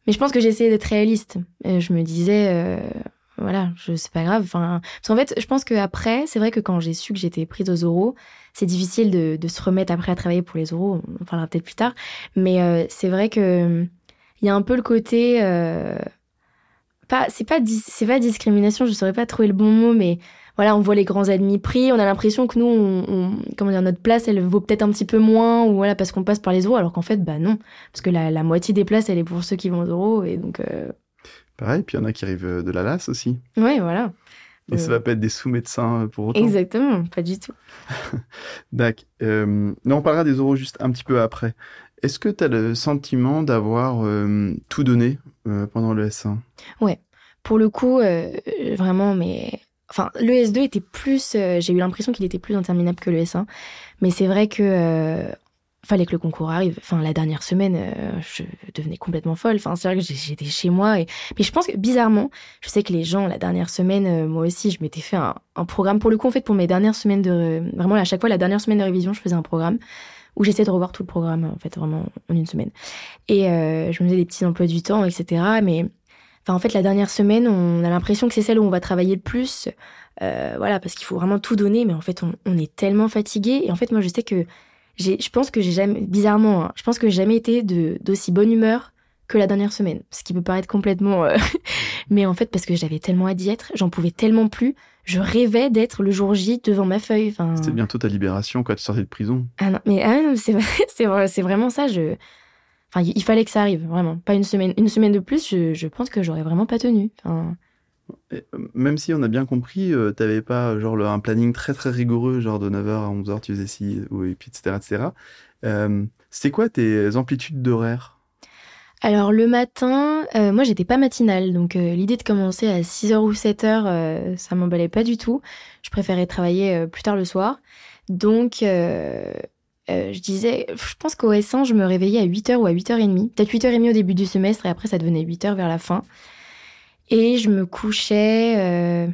Mais je pense que j'essayais d'être réaliste. Et je me disais, euh, voilà, je, c'est pas grave. Enfin, parce qu'en fait, je pense qu'après, c'est vrai que quand j'ai su que j'étais prise aux oraux, c'est difficile de, de se remettre après à travailler pour les oraux. On en parlera peut-être plus tard. Mais euh, c'est vrai que il y a un peu le côté... Euh, pas, c'est, pas, c'est pas discrimination, je saurais pas trouver le bon mot, mais voilà, on voit les grands admis pris, on a l'impression que nous, on, on, comment dire, notre place, elle vaut peut-être un petit peu moins, ou voilà, parce qu'on passe par les oraux, alors qu'en fait, bah non, parce que la, la moitié des places, elle est pour ceux qui vont aux oraux, et donc... Euh... Pareil, puis il y en a qui arrivent de la L A S aussi. Ouais, voilà. Et euh... ça va pas être des sous-médecins pour autant. Exactement, pas du tout. D'accord. Euh, on parlera des oraux juste un petit peu après. Est-ce que tu as le sentiment d'avoir euh, tout donné euh, pendant le S un ? Ouais, pour le coup, euh, vraiment, mais... Enfin, le S deux était plus... Euh, j'ai eu l'impression qu'il était plus interminable que le S un. Mais c'est vrai que... Euh, fallait que le concours arrive. Enfin, la dernière semaine, euh, je devenais complètement folle. Enfin, c'est vrai que j'étais chez moi. Et... Mais je pense que, bizarrement, je sais que les gens, la dernière semaine, euh, moi aussi, je m'étais fait un, un programme. Pour le coup, en fait, pour mes dernières semaines de... Vraiment, à chaque fois, la dernière semaine de révision, je faisais un programme où j'essayais de revoir tout le programme, en fait, vraiment, en une semaine. Et euh, je me faisais des petits emplois du temps, et cetera. Mais... Enfin, en fait, la dernière semaine, on a l'impression que c'est celle où on va travailler le plus. Euh, voilà, parce qu'il faut vraiment tout donner. Mais en fait, on, on est tellement fatigué. Et en fait, moi, je sais que j'ai, je pense que j'ai jamais, bizarrement, hein, je pense que j'ai jamais été de, d'aussi bonne humeur que la dernière semaine. Ce qui peut paraître complètement... Euh... mais en fait, parce que j'avais tellement hâte d'y être, j'en pouvais tellement plus. Je rêvais d'être le jour J devant ma feuille. Enfin... C'était bientôt ta libération quand tu sortais de prison. Ah non, mais ah non, c'est, c'est, c'est vraiment ça. Je... Enfin, il fallait que ça arrive, vraiment. Pas une semaine, une semaine de plus, je, je pense que j'aurais vraiment pas tenu. Enfin... Et même si on a bien compris, euh, t'avais pas genre un planning très très rigoureux, genre de neuf heures à onze heures tu faisais ci, ou, et puis et cetera et cetera. Euh, c'était quoi tes amplitudes d'horaire ? Alors le matin, euh, moi j'étais pas matinale, donc euh, l'idée de commencer à six heures ou sept heures, euh, ça m'emballait pas du tout. Je préférais travailler euh, plus tard le soir. Donc... Euh... Euh, je disais, je pense qu'au S un, je me réveillais à huit heures ou à huit heures trente. Peut-être huit heures trente au début du semestre et après ça devenait huit heures vers la fin. Et je me couchais, euh,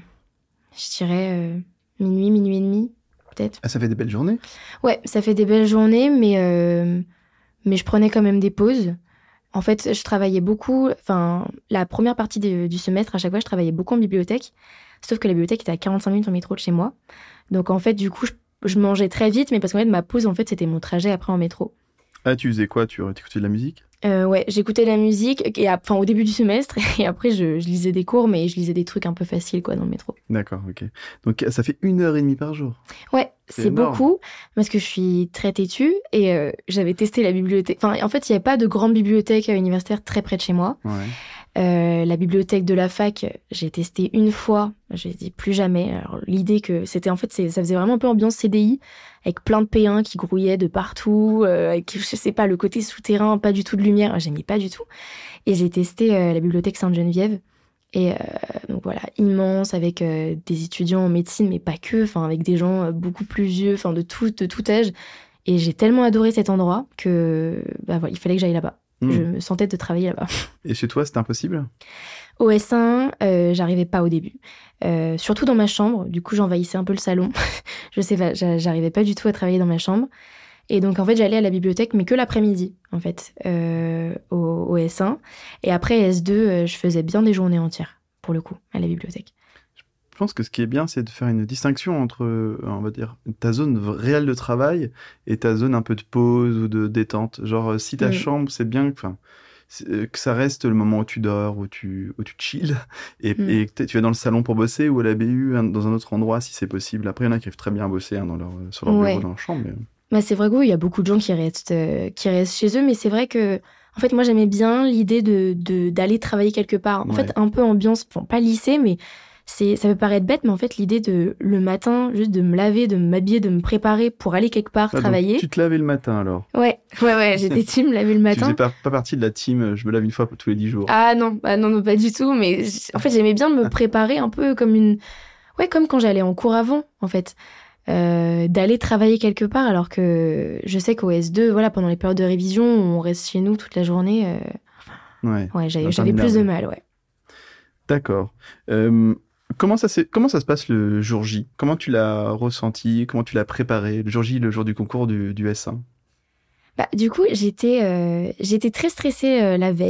je dirais, euh, minuit, minuit et demi, peut-être. Ah, ça fait des belles journées ? Ouais, ça fait des belles journées, mais, euh, mais je prenais quand même des pauses. En fait, je travaillais beaucoup, enfin, la première partie de, du semestre, à chaque fois, je travaillais beaucoup en bibliothèque. Sauf que la bibliothèque était à quarante-cinq minutes en métro de chez moi. Donc en fait, du coup, je Je mangeais très vite, mais parce qu'en fait, ma pause, en fait, c'était mon trajet après en métro. Ah, tu faisais quoi ? Tu écoutais de la musique ? euh, Ouais, j'écoutais de la musique, et, enfin, au début du semestre, et après, je, je lisais des cours, mais je lisais des trucs un peu faciles, quoi, dans le métro. D'accord, ok. Donc, ça fait une heure et demie par jour ? Ouais, c'est, c'est beaucoup, parce que je suis très têtue, et euh, j'avais testé la bibliothèque. Enfin, en fait, il n'y avait pas de grande bibliothèque universitaire très près de chez moi. Ouais. Euh, la bibliothèque de la fac, j'ai testé une fois, j'ai dit plus jamais. Alors, l'idée que c'était, en fait, c'est, ça faisait vraiment un peu ambiance C D I, avec plein de P un qui grouillaient de partout, euh, avec, je sais pas, le côté souterrain, pas du tout de lumière, j'aimais pas du tout. Et j'ai testé euh, la bibliothèque Sainte-Geneviève, et euh, donc voilà, immense, avec euh, des étudiants en médecine, mais pas que, enfin, avec des gens euh, beaucoup plus vieux, enfin, de tout, de tout âge. Et j'ai tellement adoré cet endroit que, bah voilà, il fallait que j'aille là-bas. Mmh. Je me sentais de travailler là-bas. Et chez toi, c'était impossible ? Au S un, euh, j'arrivais pas au début. Euh, surtout dans ma chambre. Du coup, j'envahissais un peu le salon. Je sais pas, j'arrivais pas du tout à travailler dans ma chambre. Et donc, en fait, j'allais à la bibliothèque, mais que l'après-midi, en fait, euh, au, au S un. Et après, S deux, euh, je faisais bien des journées entières, pour le coup, à la bibliothèque. Je pense que ce qui est bien, c'est de faire une distinction entre, on va dire, ta zone réelle de travail et ta zone un peu de pause ou de détente. Genre, si ta mmh. chambre, c'est bien, enfin, que ça reste le moment où tu dors, où tu, où tu chill, et, mmh. et que tu vas dans le salon pour bosser ou à la B U, hein, dans un autre endroit, si c'est possible. Après, il y en a qui arrivent très bien à bosser hein, dans leur, sur leur ouais. bureau, dans leur chambre. Mais... Bah, c'est vrai que oui, il y a beaucoup de gens qui restent, euh, qui restent chez eux, mais c'est vrai que, en fait, moi, j'aimais bien l'idée de, de, d'aller travailler quelque part. En ouais. fait, un peu ambiance, enfin, pas lycée, mais c'est, ça peut paraître bête, mais en fait, l'idée de, le matin, juste de me laver, de m'habiller, de me préparer pour aller quelque part ah, travailler. Tu te lavais le matin, alors ? Ouais, ouais, ouais, j'étais team laver le matin. Tu faisais pas, pas partie de la team, je me lave une fois tous les dix jours. Ah non, ah non, non, pas du tout, mais en fait, j'aimais bien me préparer un peu comme une, ouais, comme quand j'allais en cours avant, en fait. Euh, d'aller travailler quelque part, alors que je sais qu'au S deux, voilà, pendant les périodes de révision, on reste chez nous toute la journée. Euh... Ouais, ouais, j'avais, j'avais plus de mal, ouais. D'accord. Euh, comment ça, c'est, comment ça se passe le jour J ? Comment tu l'as ressenti ? Comment tu l'as préparé ? Le jour J, le jour du concours du, du S un ? Bah, du coup, j'étais, euh, j'étais très stressée euh, la veille,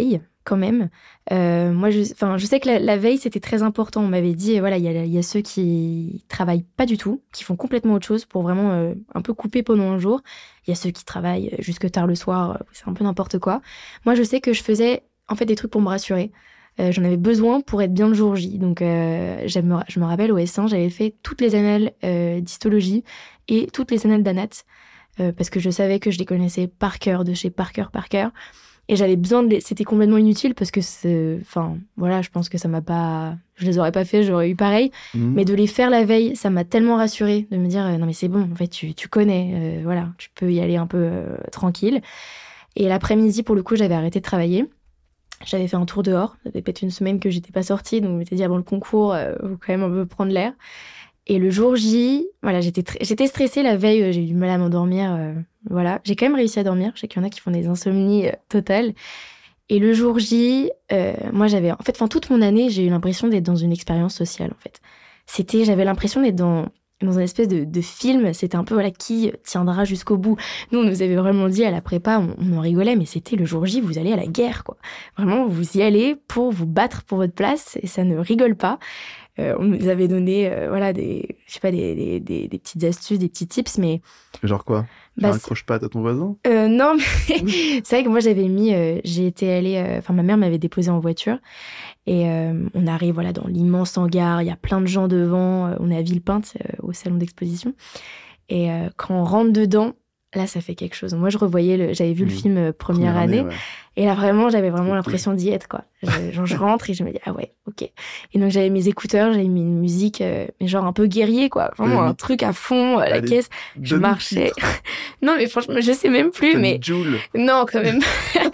quand même. Euh, moi, je, enfin, je sais que la, la veille, c'était très important. On m'avait dit, voilà, il y a, y a ceux qui travaillent pas du tout, qui font complètement autre chose pour vraiment euh, un peu couper pendant un jour. Il y a ceux qui travaillent jusque tard le soir, c'est un peu n'importe quoi. Moi, je sais que je faisais en fait des trucs pour me rassurer. Euh, j'en avais besoin pour être bien le jour J. Donc, euh, je me, je me rappelle au S un, j'avais fait toutes les annales euh, d'histologie et toutes les annales d'anat euh, parce que je savais que je les connaissais par cœur, de chez par cœur, par cœur. Et j'avais besoin de les... C'était complètement inutile parce que c'est... Enfin, voilà, je pense que ça m'a pas... Je les aurais pas fait, j'aurais eu pareil. Mmh. Mais de les faire la veille, ça m'a tellement rassurée de me dire, euh, non mais c'est bon, en fait, tu, tu connais, euh, voilà, tu peux y aller un peu euh, tranquille. Et l'après-midi, pour le coup, j'avais arrêté de travailler. J'avais fait un tour dehors. Ça fait peut-être une semaine que j'étais pas sortie, donc je m'étais dit, avant le concours, euh, faut quand même un peu prendre l'air. Et le jour J, voilà, j'étais, tr- j'étais stressée la veille, euh, j'ai eu du mal à m'endormir, euh, voilà. J'ai quand même réussi à dormir, je sais qu'il y en a qui font des insomnies euh, totales. Et le jour J, euh, moi j'avais, en fait, enfin toute mon année, j'ai eu l'impression d'être dans une expérience sociale, en fait. C'était, j'avais l'impression d'être dans, dans un espèce de, de film, c'était un peu, voilà, qui tiendra jusqu'au bout. Nous, on nous avait vraiment dit à la prépa, on, on en rigolait, mais c'était le jour J, vous allez à la guerre, quoi. Vraiment, vous y allez pour vous battre pour votre place, et ça ne rigole pas. Euh, on nous avait donné, euh, voilà, des, je sais pas, des, des, des, des petites astuces, des petits tips, mais... Genre quoi? Genre bah, accroche-pattes à ton voisin? euh, Non, mais c'est vrai que moi, j'avais mis... Euh, j'ai été allée... Enfin, euh, ma mère m'avait déposée en voiture. Et euh, on arrive, voilà, dans l'immense hangar. Il y a plein de gens devant. Euh, on est à Villepinte, euh, au salon d'exposition. Et euh, quand on rentre dedans, là, ça fait quelque chose. Moi, je revoyais... Le, j'avais vu mmh. le film euh, Première, Première année. année ouais. Et là, vraiment, j'avais vraiment c'est l'impression cool. d'y être, quoi. Je, genre, je rentre et je me dis, ah ouais, ok. Et donc, j'avais mes écouteurs, j'avais mis une musique, euh, mais genre un peu guerrier, quoi. Vraiment, oui. un truc à fond, euh, la Allez, caisse. Je marchais. Non, mais franchement, je sais même plus, T'as mais... Mis Joule. Non, quand même.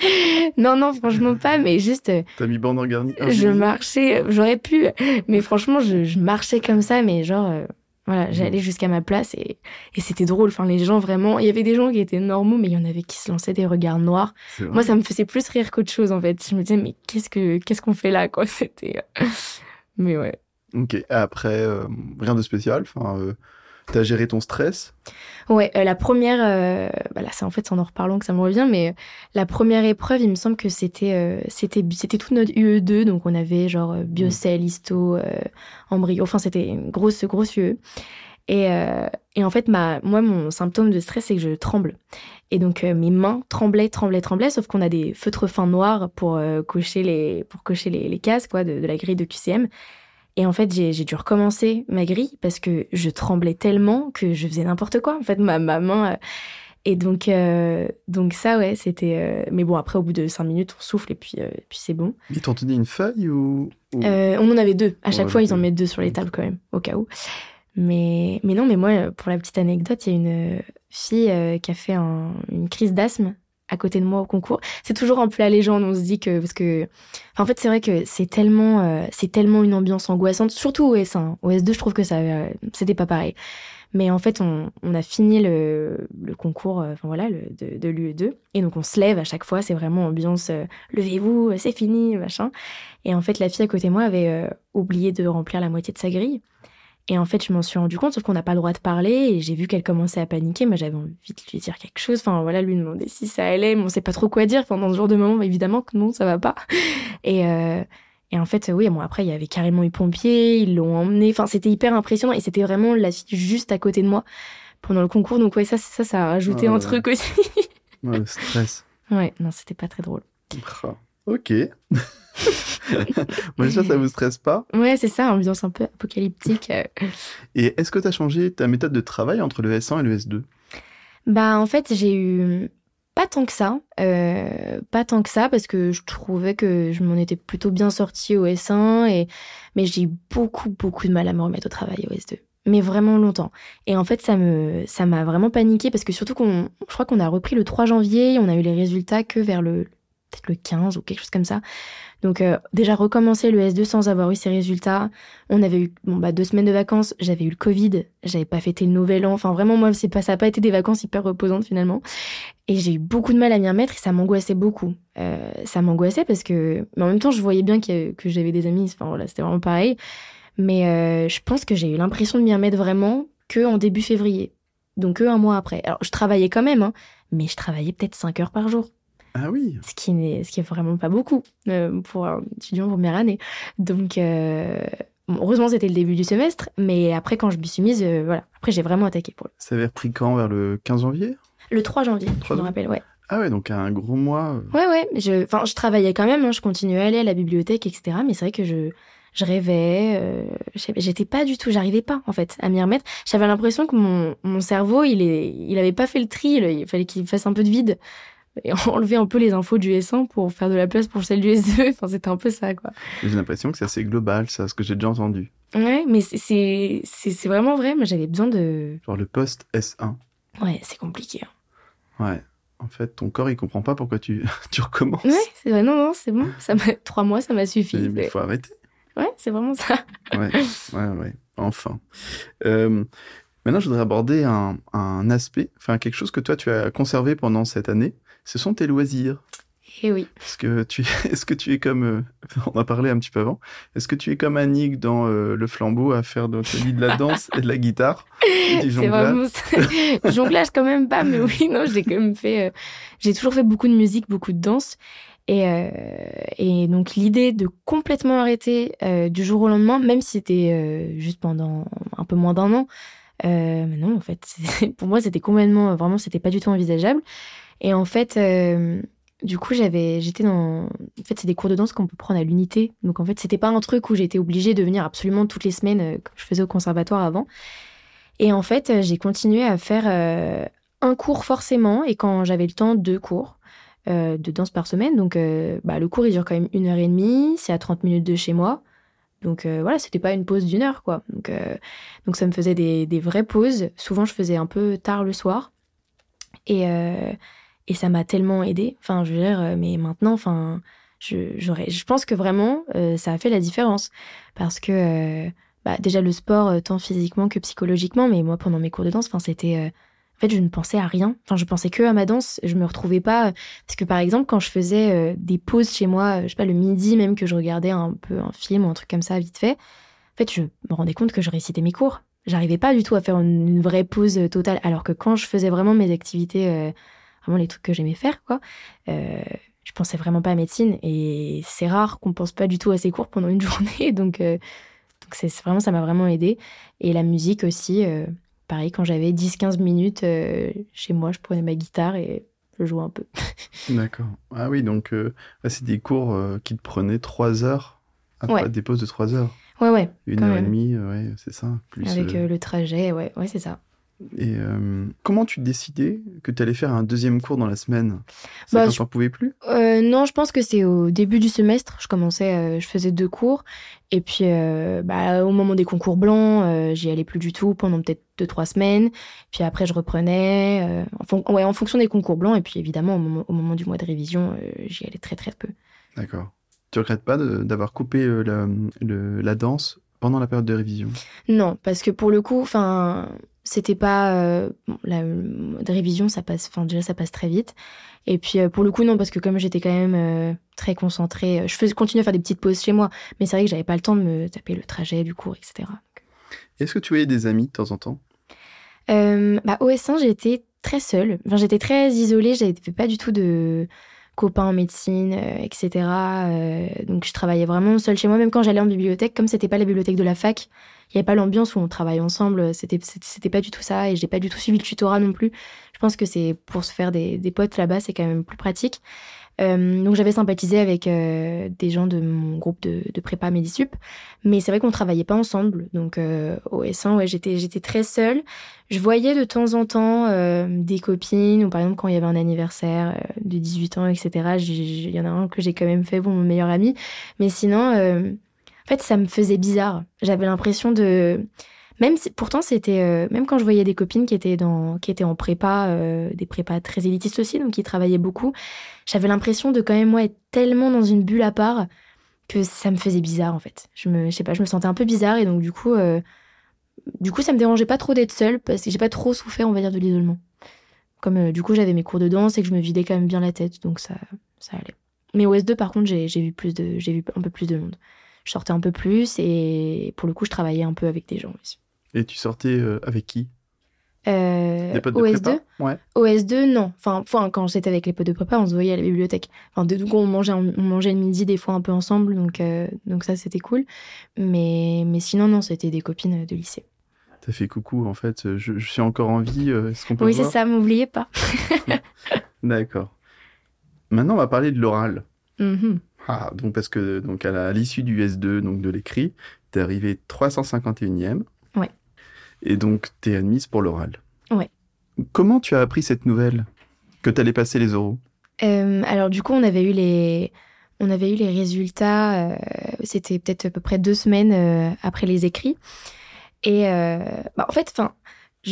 non, non, franchement pas, mais juste... Euh, T'as mis bande en garni. Je marchais, j'aurais pu, mais franchement, je, je marchais comme ça, mais genre... Euh, Voilà, j'allais jusqu'à ma place et, et c'était drôle. Enfin, les gens, vraiment... Il y avait des gens qui étaient normaux, mais il y en avait qui se lançaient des regards noirs. Moi, ça me faisait plus rire qu'autre chose, en fait. Je me disais, mais qu'est-ce que qu'est-ce qu'on fait là, quoi. C'était... Mais ouais. Ok. Après, euh, rien de spécial. Enfin, euh, t'as géré ton stress? Ouais, euh, la première... Euh, bah là, c'est en fait, c'est en en reparlant que ça me revient, mais la première épreuve, il me semble que c'était euh, c'était, c'était toute notre U E deux. Donc, on avait genre euh, biocell, histo, euh, embryo. Enfin, c'était une grosse, grosse U E. Et, euh, et en fait, ma, moi, mon symptôme de stress, c'est que je tremble. Et donc, euh, mes mains tremblaient, tremblaient, tremblaient, sauf qu'on a des feutres fins noirs pour euh, cocher les, pour cocher les, les cases, quoi, de, de la grille de Q C M. Et en fait, j'ai, j'ai dû recommencer ma grille parce que je tremblais tellement que je faisais n'importe quoi. En fait, ma, ma main... Euh... Et donc, euh, donc ça, ouais, c'était... Euh... Mais bon, après, au bout de cinq minutes, on souffle et puis, euh, et puis c'est bon. Ils t'ont donné une feuille ou... ou... Euh, on en avait deux. À chaque ouais, fois, ils en mettent deux sur les tables quand même, au cas où. Mais, mais non, mais moi, pour la petite anecdote, il y a une fille euh, qui a fait un, une crise d'asthme à côté de moi au concours. C'est toujours un peu la légende, on se dit que... Parce que... Enfin, en fait, c'est vrai que c'est tellement, euh, c'est tellement une ambiance angoissante, surtout au S un. Au S deux, je trouve que ça, euh, c'était pas pareil. Mais en fait, on, on a fini le, le concours euh, enfin, voilà, le, de, de l'U E deux. Et donc, on se lève à chaque fois. C'est vraiment ambiance euh, « Levez-vous, c'est fini », machin. Et en fait, la fille à côté de moi avait euh, oublié de remplir la moitié de sa grille. Et en fait, je m'en suis rendu compte, sauf qu'on n'a pas le droit de parler. Et j'ai vu qu'elle commençait à paniquer. Moi, j'avais envie de lui dire quelque chose. Enfin, voilà, lui demander si ça allait. Mais on sait pas trop quoi dire. Enfin, dans ce genre de moment, évidemment que non, ça va pas. Et, euh, et en fait, oui, bon, après, il y avait carrément eu pompiers. Ils l'ont emmené. Enfin, c'était hyper impressionnant. Et c'était vraiment la fille juste à côté de moi pendant le concours. Donc, ouais, ça, ça, ça a rajouté oh, un ouais. truc aussi. Ouais, le stress. Ouais, non, c'était pas très drôle. Oh, ok. Moi, j'espère que ça vous stresse pas. Ouais, c'est ça, ambiance un peu apocalyptique. Et est-ce que tu as changé ta méthode de travail entre le S un et le S deux? Bah, en fait, j'ai eu pas tant que ça. Euh, pas tant que ça, parce que je trouvais que je m'en étais plutôt bien sortie au S un. Et... Mais j'ai eu beaucoup, beaucoup de mal à me remettre au travail au S deux. Mais vraiment longtemps. Et en fait, ça me, ça m'a vraiment paniquée, parce que surtout qu'on, je crois qu'on a repris le trois janvier, on a eu les résultats que vers le, peut-être le quinze ou quelque chose comme ça. Donc euh, déjà recommencer le S deux sans avoir eu ces résultats. On avait eu bon bah deux semaines de vacances, j'avais eu le Covid, j'avais pas fêté le Nouvel An. Enfin vraiment moi c'est pas ça a pas été des vacances hyper reposantes finalement. Et j'ai eu beaucoup de mal à m'y remettre et ça m'angoissait beaucoup. Euh, ça m'angoissait parce que mais en même temps je voyais bien que que j'avais des amis. Enfin voilà c'était vraiment pareil. Mais euh, je pense que j'ai eu l'impression de m'y remettre vraiment que en début février. Donc que un mois après. Alors je travaillais quand même hein, mais je travaillais peut-être cinq heures par jour. Ah oui. Ce qui n'est, ce qui est vraiment pas beaucoup euh, pour un étudiant en première année. Donc, euh, bon, heureusement, c'était le début du semestre, mais après, quand je m'y suis mise, euh, voilà. Après, j'ai vraiment attaqué pour le... Ça avait repris quand? Vers le quinze janvier? Le trois janvier, trois je me rappelle, ouais. Ah ouais, donc un gros mois. Ouais, ouais. Je, enfin, je travaillais quand même, hein, je continuais à aller à la bibliothèque, et cetera. Mais c'est vrai que je, je rêvais, euh, j'étais pas du tout, j'arrivais pas, en fait, à m'y remettre. J'avais l'impression que mon, mon cerveau, il est, il avait pas fait le tri, il fallait qu'il fasse un peu de vide. Et enlever un peu les infos du S un pour faire de la place pour celles du S deux. Enfin, c'était un peu ça, quoi. J'ai l'impression que c'est assez global, ça, ce que j'ai déjà entendu. Ouais, mais c'est, c'est, c'est, c'est vraiment vrai. Moi, j'avais besoin de... Genre le post S un. Ouais, c'est compliqué. Hein. Ouais. En fait, ton corps, il comprend pas pourquoi tu, tu recommences. Ouais, c'est vrai. Non, non, c'est bon. Ça m'a... Trois mois, ça m'a suffi. Mais il faut arrêter. Ouais, c'est vraiment ça. Ouais, ouais, ouais. Enfin. Euh, maintenant, je voudrais aborder un, un aspect, enfin, quelque chose que toi, tu as conservé pendant cette année. Ce sont tes loisirs. Et oui. Est-ce que tu, est-ce que tu es comme, euh, on a parlé un petit peu avant, est-ce que tu es comme Annick dans euh, Le Flambeau à faire de, de la danse et de la guitare et du C'est vraiment ça. Jonglage quand même pas, mais oui, non, j'ai quand même fait, euh, j'ai toujours fait beaucoup de musique, beaucoup de danse. Et, euh, et donc l'idée de complètement arrêter euh, du jour au lendemain, même si c'était euh, juste pendant un peu moins d'un an, euh, mais non, en fait, pour moi, c'était complètement, vraiment, c'était pas du tout envisageable. Et en fait, euh, du coup, j'avais, j'étais dans... En fait, c'est des cours de danse qu'on peut prendre à l'unité. Donc, en fait, c'était pas un truc où j'étais obligée de venir absolument toutes les semaines, euh, comme je faisais au conservatoire avant. Et en fait, euh, j'ai continué à faire euh, un cours forcément. Et quand j'avais le temps, deux cours euh, de danse par semaine. Donc, euh, bah, le cours, il dure quand même une heure et demie. C'est à trente minutes de chez moi. Donc, euh, voilà, c'était pas une pause d'une heure, quoi. Donc, euh, donc ça me faisait des, des vraies pauses. Souvent, je faisais un peu tard le soir. Et... Euh, Et ça m'a tellement aidée. Enfin, je veux dire, mais maintenant, enfin, je, j'aurais, je pense que vraiment, euh, ça a fait la différence. Parce que, euh, bah, déjà, le sport, euh, tant physiquement que psychologiquement, mais moi, pendant mes cours de danse, enfin, c'était... Euh, en fait, je ne pensais à rien. Enfin, je pensais que à ma danse. Je me retrouvais pas... Parce que, par exemple, quand je faisais euh, des pauses chez moi, je sais pas, le midi, même que je regardais un peu un film ou un truc comme ça, vite fait, en fait, je me rendais compte que je récitais mes cours. J'arrivais pas du tout à faire une, une vraie pause totale. Alors que quand je faisais vraiment mes activités... Euh, vraiment les trucs que j'aimais faire, quoi. Euh, je pensais vraiment pas à médecine et c'est rare qu'on pense pas du tout à ses cours pendant une journée, donc, euh, donc c'est, c'est vraiment, ça m'a vraiment aidée. Et la musique aussi, euh, pareil, quand j'avais dix quinze minutes euh, chez moi, je prenais ma guitare et je jouais un peu. D'accord. Ah oui, donc euh, c'est des cours euh, qui te prenaient trois heures, après Ouais. des pauses de trois heures. Ouais, ouais. Une heure et demie, ouais, c'est ça. Plus, Avec euh... euh, le trajet, ouais, ouais, c'est ça. Et euh, comment tu décidais que tu allais faire un deuxième cours dans la semaine? C'est Bah, quand je... t'en pouvais plus? euh, Non, je pense que c'est au début du semestre. Je commençais, euh, je faisais deux cours. Et puis, euh, bah, au moment des concours blancs, euh, j'y allais plus du tout pendant peut-être deux, trois semaines. Puis après, je reprenais euh, en, fon- ouais, en fonction des concours blancs. Et puis, évidemment, au moment, au moment du mois de révision, euh, j'y allais très, très peu. D'accord. Tu regrettes pas de, d'avoir coupé euh, la, le, la danse pendant la période de révision? Non, parce que pour le coup, enfin... C'était pas... Euh, bon, la de révision, ça passe... Enfin, déjà, ça passe très vite. Et puis, euh, pour le coup, non, parce que comme j'étais quand même euh, très concentrée, je faisais, continuais à faire des petites pauses chez moi, mais c'est vrai que j'avais pas le temps de me taper le trajet du cours, et cetera. Donc... Est-ce que tu voyais des amis de temps en temps? euh, bah, au S un, j'étais très seule. Enfin, j'étais très isolée, j'avais pas du tout de copains en médecine, euh, et cetera. Euh, donc, je travaillais vraiment seule chez moi, même quand j'allais en bibliothèque, comme c'était pas la bibliothèque de la fac, il n'y avait pas l'ambiance où on travaille ensemble, c'était, c'était, c'était pas du tout ça, et j'ai pas du tout suivi le tutorat non plus. Je pense que c'est pour se faire des, des potes là-bas, c'est quand même plus pratique. Euh, donc j'avais sympathisé avec euh, des gens de mon groupe de, de prépa Médisup, mais c'est vrai qu'on travaillait pas ensemble. Donc euh, au S un, ouais, j'étais, j'étais très seule. Je voyais de temps en temps euh, des copines, ou par exemple quand il y avait un anniversaire euh, de dix-huit ans, et cetera. Il y en a un que j'ai quand même fait pour mon meilleur ami. Mais sinon... Euh, En fait, ça me faisait bizarre. J'avais l'impression de... Même si... Pourtant, c'était... Euh... Même quand je voyais des copines qui étaient, dans... qui étaient en prépa, euh... des prépas très élitistes aussi, donc qui travaillaient beaucoup, j'avais l'impression de quand même, moi, être tellement dans une bulle à part que ça me faisait bizarre, en fait. Je me... Je sais pas, je me sentais un peu bizarre et donc, du coup... Euh... Du coup, ça me dérangeait pas trop d'être seule parce que j'ai pas trop souffert, on va dire, de l'isolement. Comme, euh, du coup, j'avais mes cours de danse et que je me vidais quand même bien la tête, donc ça, ça allait. Mais au S deux, par contre, j'ai, j'ai vu plus de... j'ai vu un peu plus de monde. Je sortais un peu plus et pour le coup, je travaillais un peu avec des gens aussi. Et tu sortais euh, avec qui? Euh, Des potes de O S deux prépa? Ouais. O S deux, non. Enfin, enfin, quand j'étais avec les potes de prépa, on se voyait à la bibliothèque. Enfin, de, donc on mangeait, on mangeait le midi des fois un peu ensemble, donc, euh, donc ça, c'était cool. Mais, mais sinon, non, c'était des copines de lycée. T'as fait coucou, en fait, je, je suis encore en vie, euh, est-ce qu'on peut Oui, voir? c'est ça, m'oubliez pas. D'accord. Maintenant, on va parler de l'oral. Mm-hmm. Ah, donc parce que donc à, la, à l'issue du S deux, donc de l'écrit, t'es arrivé trois cent cinquante et unième. Ouais. Et donc, t'es admise pour l'oral. Ouais. Comment tu as appris cette nouvelle que t'allais passer les oraux? Euh, alors du coup, on avait eu les, on avait eu les résultats. Euh, c'était peut-être à peu près deux semaines euh, après les écrits. Et euh, bah, en fait, enfin,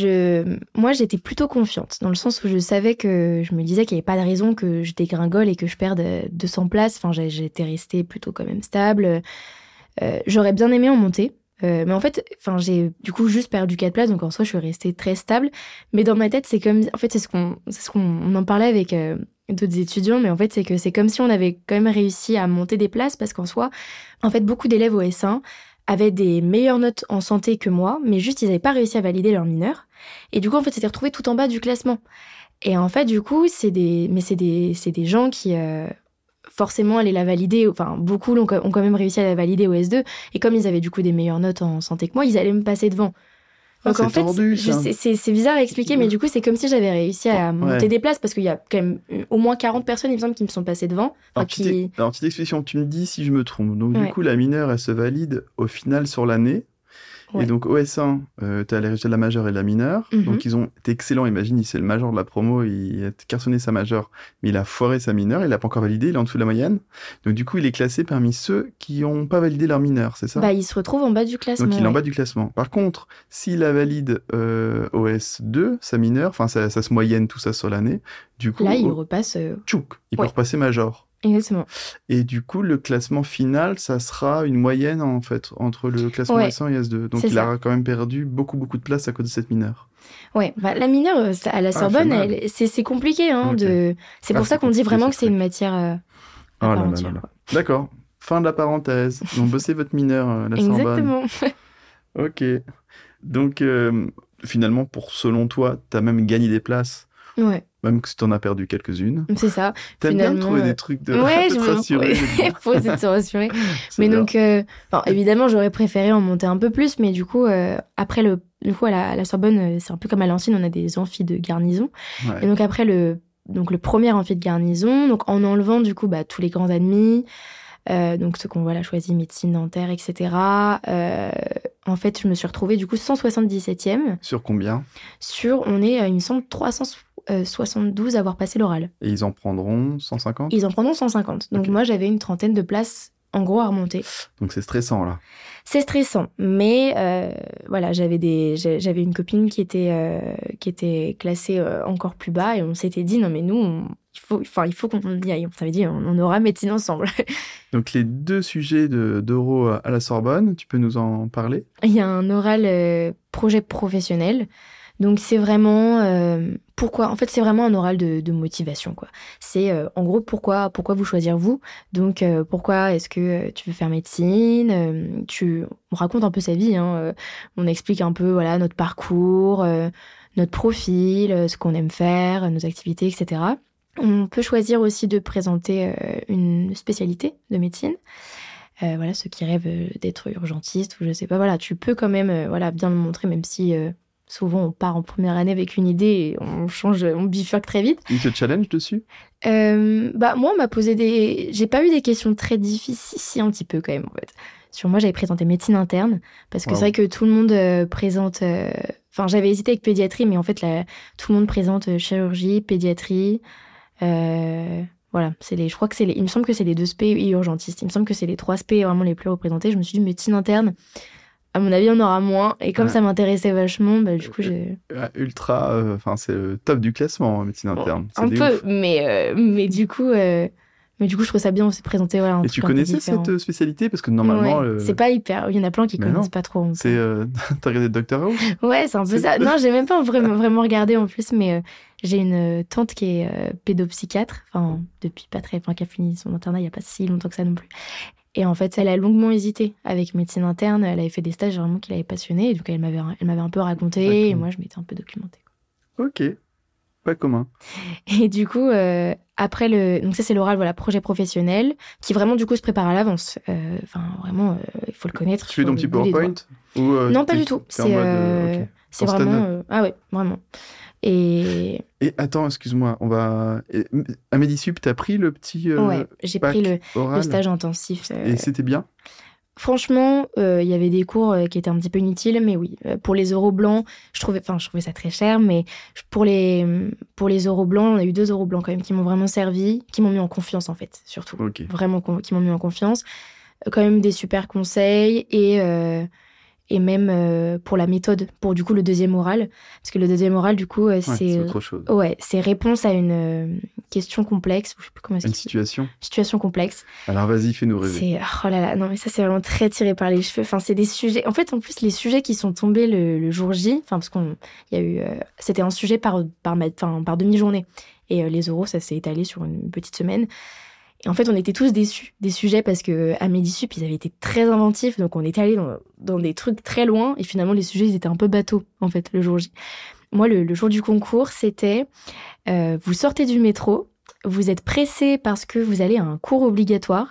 je, moi, j'étais plutôt confiante dans le sens où je savais que je me disais qu'il n'y avait pas de raison que je dégringole et que je perde deux cents places. Enfin, j'étais restée plutôt quand même stable. Euh, j'aurais bien aimé en monter. Euh, mais en fait, enfin, j'ai du coup juste perdu quatre places, donc en soi, je suis restée très stable. Mais dans ma tête, c'est comme, en fait, c'est ce qu'on, c'est ce qu'on on en parlait avec euh, d'autres étudiants, mais en fait, c'est que c'est comme si on avait quand même réussi à monter des places, parce qu'en soi, en fait, beaucoup d'élèves au S un avaient des meilleures notes en santé que moi, mais juste, ils n'avaient pas réussi à valider leur mineur. Et du coup, en fait, c'était retrouvé tout en bas du classement. Et en fait, du coup, c'est des, mais c'est des, c'est des gens qui, euh, forcément allaient la valider, enfin beaucoup ont quand même réussi à la valider au S deux, et comme ils avaient du coup des meilleures notes en santé que moi, ils allaient me passer devant. Donc ah, en c'est fait, tordu, je ça. sais, c'est, c'est bizarre à expliquer, mais du coup c'est comme si j'avais réussi à monter Ouais. des places, parce qu'il y a quand même au moins quarante personnes, il me semble, qui me sont passées devant. Alors, qui... petite, alors, petite explication, tu me dis si je me trompe. Donc Ouais. du coup, la mineure, elle se valide au final sur l'année. Ouais. Et donc, O S un, euh, tu as les résultats de la majeure et de la mineure. Mm-hmm. Donc, ils ont été excellents. Imagine, c'est le major de la promo, il a cartonné sa majeure, mais il a foiré sa mineure, il l'a pas encore validé, il est en dessous de la moyenne. Donc, du coup, il est classé parmi ceux qui n'ont pas validé leur mineure, c'est ça? Bah, il se retrouve en bas du classement. Donc, il est ouais. en bas du classement. Par contre, s'il la valide euh, O S deux, sa mineure, enfin, ça, ça se moyenne tout ça sur l'année, du coup... Là, il oh, repasse... Euh... Tchouk, il ouais. peut repasser major. Exactement. Et du coup, le classement final, ça sera une moyenne, en fait, entre le classement ouais. S un et S deux. Donc, c'est il ça. aura quand même perdu beaucoup, beaucoup de place à cause de cette mineure. Ouais, bah, la mineure, à la Sorbonne, ah, elle, c'est, c'est compliqué. Hein, okay. de... C'est pour ah, ça c'est qu'on dit vraiment que c'est truc. une matière euh, à oh part là entière. Là là. D'accord. Fin de la parenthèse. Ils ont bossé votre mineur, euh, la Exactement. Sorbonne. Ok. Donc, euh, finalement, pour selon toi, t'as même gagné des places. Ouais. Même que si t'en as perdu quelques-unes. C'est ça. T'aimes Finalement, bien trouver euh... des trucs de, ouais, de te je rassurer. Pour essayer de se rassurer. Mais bien. donc, euh... enfin, évidemment, j'aurais préféré en monter un peu plus, mais du coup, euh, après le, du coup, à la, à la Sorbonne, c'est un peu comme à Lancine, on a des amphis de garnison. Ouais. Et donc après le, donc le premier amphi de garnison, donc en enlevant du coup bah, tous les grands admis, euh, donc ceux qu'on voilà choisi médecine, dentaire, et cetera. Euh, en fait, je me suis retrouvée du coup cent soixante-dix-septième. Sur combien? Sur, on est, il me semble, trois cent soixante-douze à avoir passé l'oral. Et ils en prendront cent cinquante? Ils en prendront cent cinquante. Donc okay. Moi, j'avais une trentaine de places en gros à remonter. Donc c'est stressant là. C'est stressant, mais euh, voilà, j'avais des, j'avais une copine qui était euh, qui était classée euh, encore plus bas et on s'était dit non mais nous, on, il faut, enfin il faut qu'on y aille. On s'avait dit on, on aura médecine ensemble. Donc les deux sujets de, d'Euro à la Sorbonne, tu peux nous en parler? Il y a un oral euh, projet professionnel. Donc c'est vraiment euh, pourquoi en fait c'est vraiment un oral de, de motivation quoi. C'est euh, en gros pourquoi pourquoi vous choisir vous. Donc euh, pourquoi est-ce que tu veux faire médecine, euh, tu on raconte un peu sa vie hein, euh, on explique un peu voilà notre parcours, euh, notre profil, euh, ce qu'on aime faire, nos activités et cetera. On peut choisir aussi de présenter euh, une spécialité de médecine. Euh, voilà ceux qui rêvent d'être urgentiste ou je sais pas voilà tu peux quand même euh, voilà bien le montrer même si euh, souvent, on part en première année avec une idée et on change, on bifurque très vite. Il te challenge dessus? euh, Bah moi, on m'a posé des... J'ai pas eu des questions très difficiles, si un petit peu quand même, en fait. Sur moi, j'avais présenté médecine interne, parce que wow. C'est vrai que tout le monde euh, présente... Enfin, euh... j'avais hésité avec pédiatrie, mais en fait, là, tout le monde présente euh, chirurgie, pédiatrie... Euh... Voilà, c'est les, je crois que c'est les... Il me semble que c'est les deux spé et urgentistes. Il me semble que c'est les trois spé vraiment les plus représentés. Je me suis dit, médecine interne... À mon avis, on aura moins. Et comme ouais. ça m'intéressait vachement, bah, du coup, j'ai... Ultra... Enfin, euh, c'est le top du classement, médecine interne. Bon, un peu, mais, euh, mais du coup... Euh... Mais du coup, je trouve ça bien, on s'est présenté voilà, un Et truc tu connaissais cette spécialité? Parce que normalement... Ouais, euh... c'est pas hyper... Il y en a plein qui mais connaissent non. pas trop. C'est... Euh... T'as regardé Doctor House? Ouais, c'est un peu c'est... ça. Non, j'ai même pas vraiment, vraiment regardé en plus, mais euh, j'ai une tante qui est euh, pédopsychiatre, enfin, depuis pas très... Enfin, qui a fini son internat il y a pas si longtemps que ça non plus. Et en fait, elle a longuement hésité avec médecine interne. Elle avait fait des stages vraiment qui l'avaient passionnée. Donc, elle m'avait, elle m'avait un peu raconté. D'accord. Et moi, je m'étais un peu documentée. Ok, pas commun. Et du coup, euh, après le... Donc ça, c'est l'oral, voilà, projet professionnel, qui vraiment, du coup, se prépare à l'avance. Enfin, euh, vraiment, il euh, faut le connaître. Tu fais ton petit PowerPoint ou euh, Non, pas du tout. C'est, mode, euh, okay. c'est vraiment... Euh... Ah ouais, vraiment. Et... Et attends, excuse-moi, on va... À Medisup, t'as pris le petit euh, Ouais, j'ai pris le, le stage intensif. Euh... Et c'était bien ? Franchement, il euh, y avait des cours euh, qui étaient un petit peu inutiles, mais oui, euh, pour les euros blancs, je trouvais, enfin, je trouvais ça très cher, mais pour les, pour les euros blancs, on a eu deux euros blancs quand même qui m'ont vraiment servi, qui m'ont mis en confiance en fait, surtout. Okay. Vraiment, qui m'ont mis en confiance. Euh, quand même des super conseils et... Euh, et même euh, pour la méthode, pour du coup le deuxième oral. Parce que le deuxième oral, du coup, euh, c'est... Ouais, c'est autre chose. Ouais, c'est réponse à une euh, question complexe. Je sais plus comment une situation. Situation complexe. Alors vas-y, fais-nous rêver. C'est... Oh là là, non mais ça c'est vraiment très tiré par les cheveux. Enfin, c'est des sujets... En fait, en plus, les sujets qui sont tombés le, le jour J, enfin, parce qu'on... Il y a eu... Euh, c'était un sujet par, par, enfin, par demi-journée. Et euh, les oraux, ça s'est étalé sur une petite semaine. Et en fait, on était tous déçus des sujets parce qu'à Medisup, ils avaient été très inventifs. Donc, on était allés dans, dans des trucs très loin. Et finalement, les sujets, ils étaient un peu bateaux, en fait, le jour J. Moi, le, le jour du concours, c'était... Euh, vous sortez du métro, vous êtes pressé parce que vous allez à un cours obligatoire.